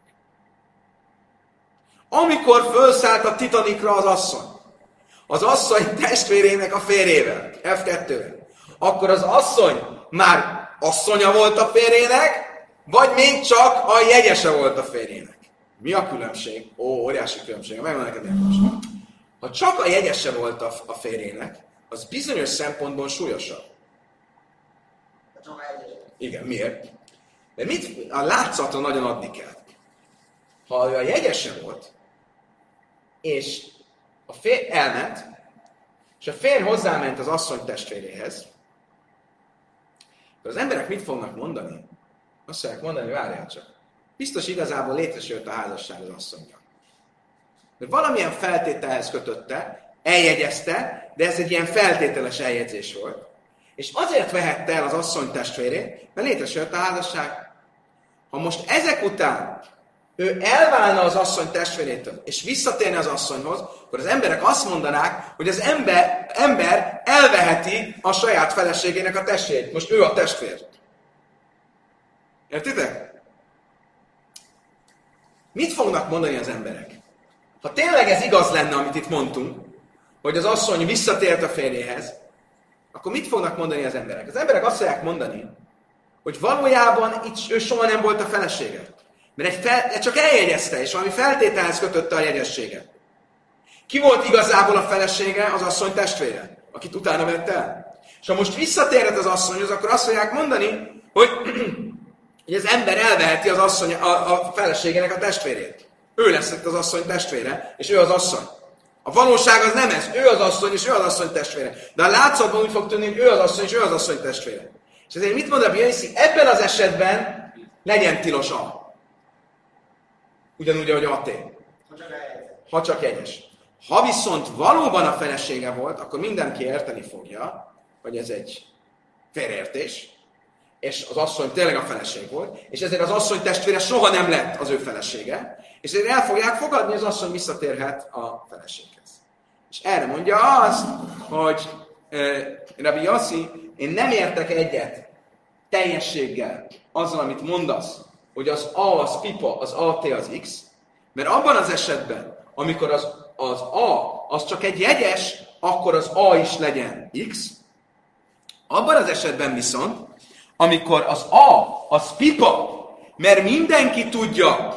Amikor fölszállt a Titanicra az asszony, az asszony testvérének a férjével, F kettővel, akkor az asszony már asszonya volt a férjének, vagy még csak a jegyese volt a férjének? Mi a különbség? Ó, óriási különbség. Megmondom neked a különbség. Ha csak a jegyese volt a, a férjének, az bizonyos szempontból súlyosabb. Igen, miért? Mert mit? A látszatra nagyon adni kell. Ha a jegyese volt, és a férj elment, és a férj hozzáment az asszony testvéréhez, akkor az emberek mit fognak mondani? Azt fogják mondani, várjál csak. Biztos igazából létesült a házasság az asszonnyal. Mert valamilyen feltételhez kötötte, eljegyezte, de ez egy ilyen feltételes eljegyzés volt. És azért vehette el az asszony testvérét, mert létesült a házasság. Ha most ezek után ő elválna az asszony testvérétől, és visszatérne az asszonyhoz, akkor az emberek azt mondanák, hogy az ember, ember elveheti a saját feleségének a testvérét. Most ő a testvér. Értitek? Mit fognak mondani az emberek? Ha tényleg ez igaz lenne, amit itt mondtunk, hogy az asszony visszatért a férjéhez, akkor mit fognak mondani az emberek? Az emberek azt fogják mondani, hogy valójában itt ő soha nem volt a felesége. Mert egy fel, csak eljegyezte, és valami feltételhez kötötte a jegyességet. Ki volt igazából a felesége? Az asszony testvére, akit utána vett el. És ha most visszatérhet az asszonyhoz, akkor azt fogják mondani, hogy, hogy az ember elveheti az asszony, a, a feleségének a testvérét. Ő lesz az asszony testvére, és ő az asszony. A valóság az nem ez. Ő az asszony, és ő az asszony testvére. De a látszatban úgy fog tűnni, hogy ő az asszony, és ő az asszony testvére. És ezért mit mond a Björnszi? Ebben az esetben legyen tilos A. Ugyanúgy, ahogy A T. Ha csak jegyes. Ha viszont valóban a felesége volt, akkor mindenki érteni fogja, hogy ez egy félreértés, és az asszony tényleg a feleség volt, és ezért az asszony testvére soha nem lett az ő felesége, és ezért el fogják fogadni, az asszony visszatérhet a feleséghez. És erre mondja azt, hogy eh, Rabbi Yossi, én nem értek egyet teljességgel azzal, amit mondasz, hogy az A az pipa, az A T az X, mert abban az esetben, amikor az, az A az csak egy jegyes, akkor az A is legyen X. Abban az esetben viszont, amikor az A az pipa, mert mindenki tudja,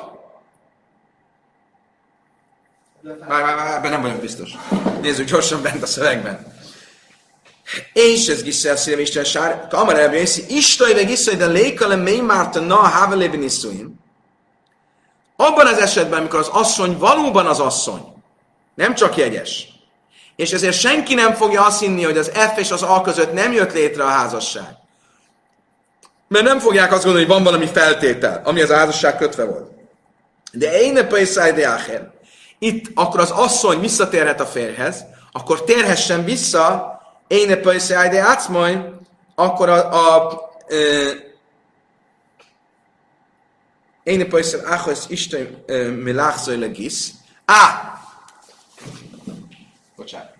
Várj, várj, várj, ebben nem vagyok biztos. Nézzük gyorsan bent a szövegben. Én is ez giszel szíve Isten sár, kamar elbjönyszi, Istai meg iszai, de lékale mély márta na havelében iszúim. Abban az esetben, amikor az asszony valóban az asszony, nem csak jegyes, és ezért senki nem fogja azt hinni, hogy az F és az A között nem jött létre a házasság. Mert nem fogják azt gondolni, hogy van valami feltétel, ami az a házasság kötve volt. De én ne pajszáj de áher. Itt akkor az asszony visszatérhet a férjhez, akkor térhessen vissza, én ne pajszáj de átszmaj, akkor a, a én ne pajszáj ához Isten miláchzaj legisz. Á! Bocsánat.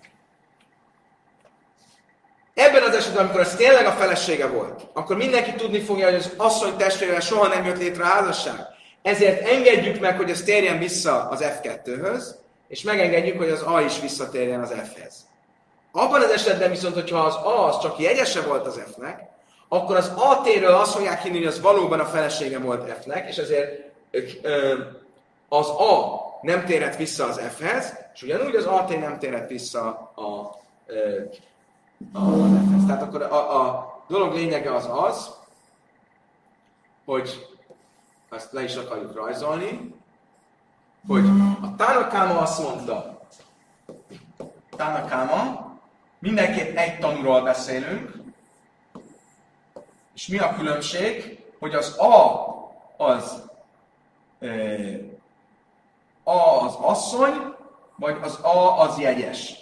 Ebben az esetben, amikor ez tényleg a felesége volt, akkor mindenki tudni fogja, hogy az asszony testvérével soha nem jött létre a házasság. Ezért engedjük meg, hogy ez térjen vissza az F kettőhöz, és megengedjük, hogy az A is visszatérjen az F-hez. Abban az esetben viszont, hogyha az A az csak jegyese volt az F-nek, akkor az A T-ről azt fogják hinni, hogy az valóban a felesége volt F-nek, és ezért ö, az A nem térhet vissza az F-hez, és ugyanúgy az á té nem térhet vissza a, a, az F-hez. Tehát akkor a, a dolog lényege az az, hogy ezt le is akarjuk rajzolni, hogy a Tánakáma azt mondta, Tánakáma, mindenképp egy tanúról beszélünk, és mi a különbség, hogy az A az euh, A az asszony, vagy az A az jegyes.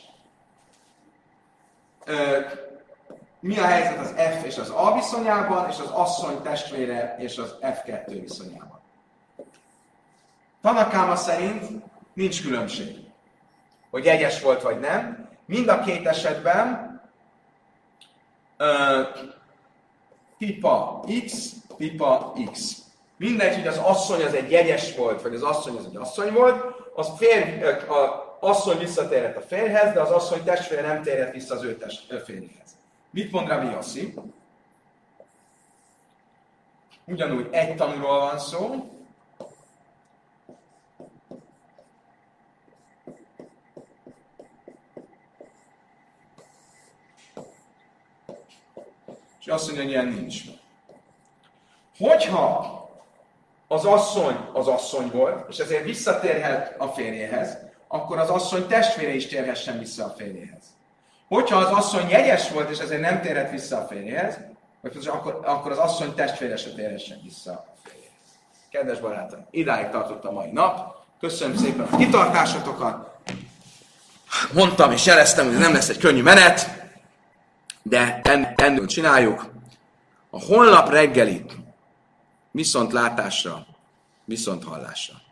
Euh, mi a helyzet az F és az A viszonyában, és az asszony testvére és az F kettő viszonyában. Tanakáma szerint nincs különbség, hogy jegyes volt vagy nem. Mind a két esetben uh, pipa X, pipa X. Mindegy, hogy az asszony az egy jegyes volt, vagy az asszony az egy asszony volt, az férj, az asszony visszatérhet a férjhez, de az asszony testvére nem térhet vissza az ő férjhez. Mit mond Rabbi Yossi? Ugyanúgy egy tanúról van szó, és azt mondja, hogy ilyen nincs. Hogyha az asszony az asszony volt, és ezért visszatérhet a férjéhez, akkor az asszony testvére is térhessen vissza a férjéhez. Hogyha az asszony jegyes volt, és ezért nem térhet vissza a férjéhez, vagy akkor, akkor az asszony testvére se térhessen vissza a férjéhez. Kedves barátom, idáig tartott a mai nap. Köszönöm szépen a kitartásotokat. Mondtam és jeleztem, hogy nem lesz egy könnyű menet, de ennél csináljuk. A holnap reggelit viszont látásra, viszont hallásra.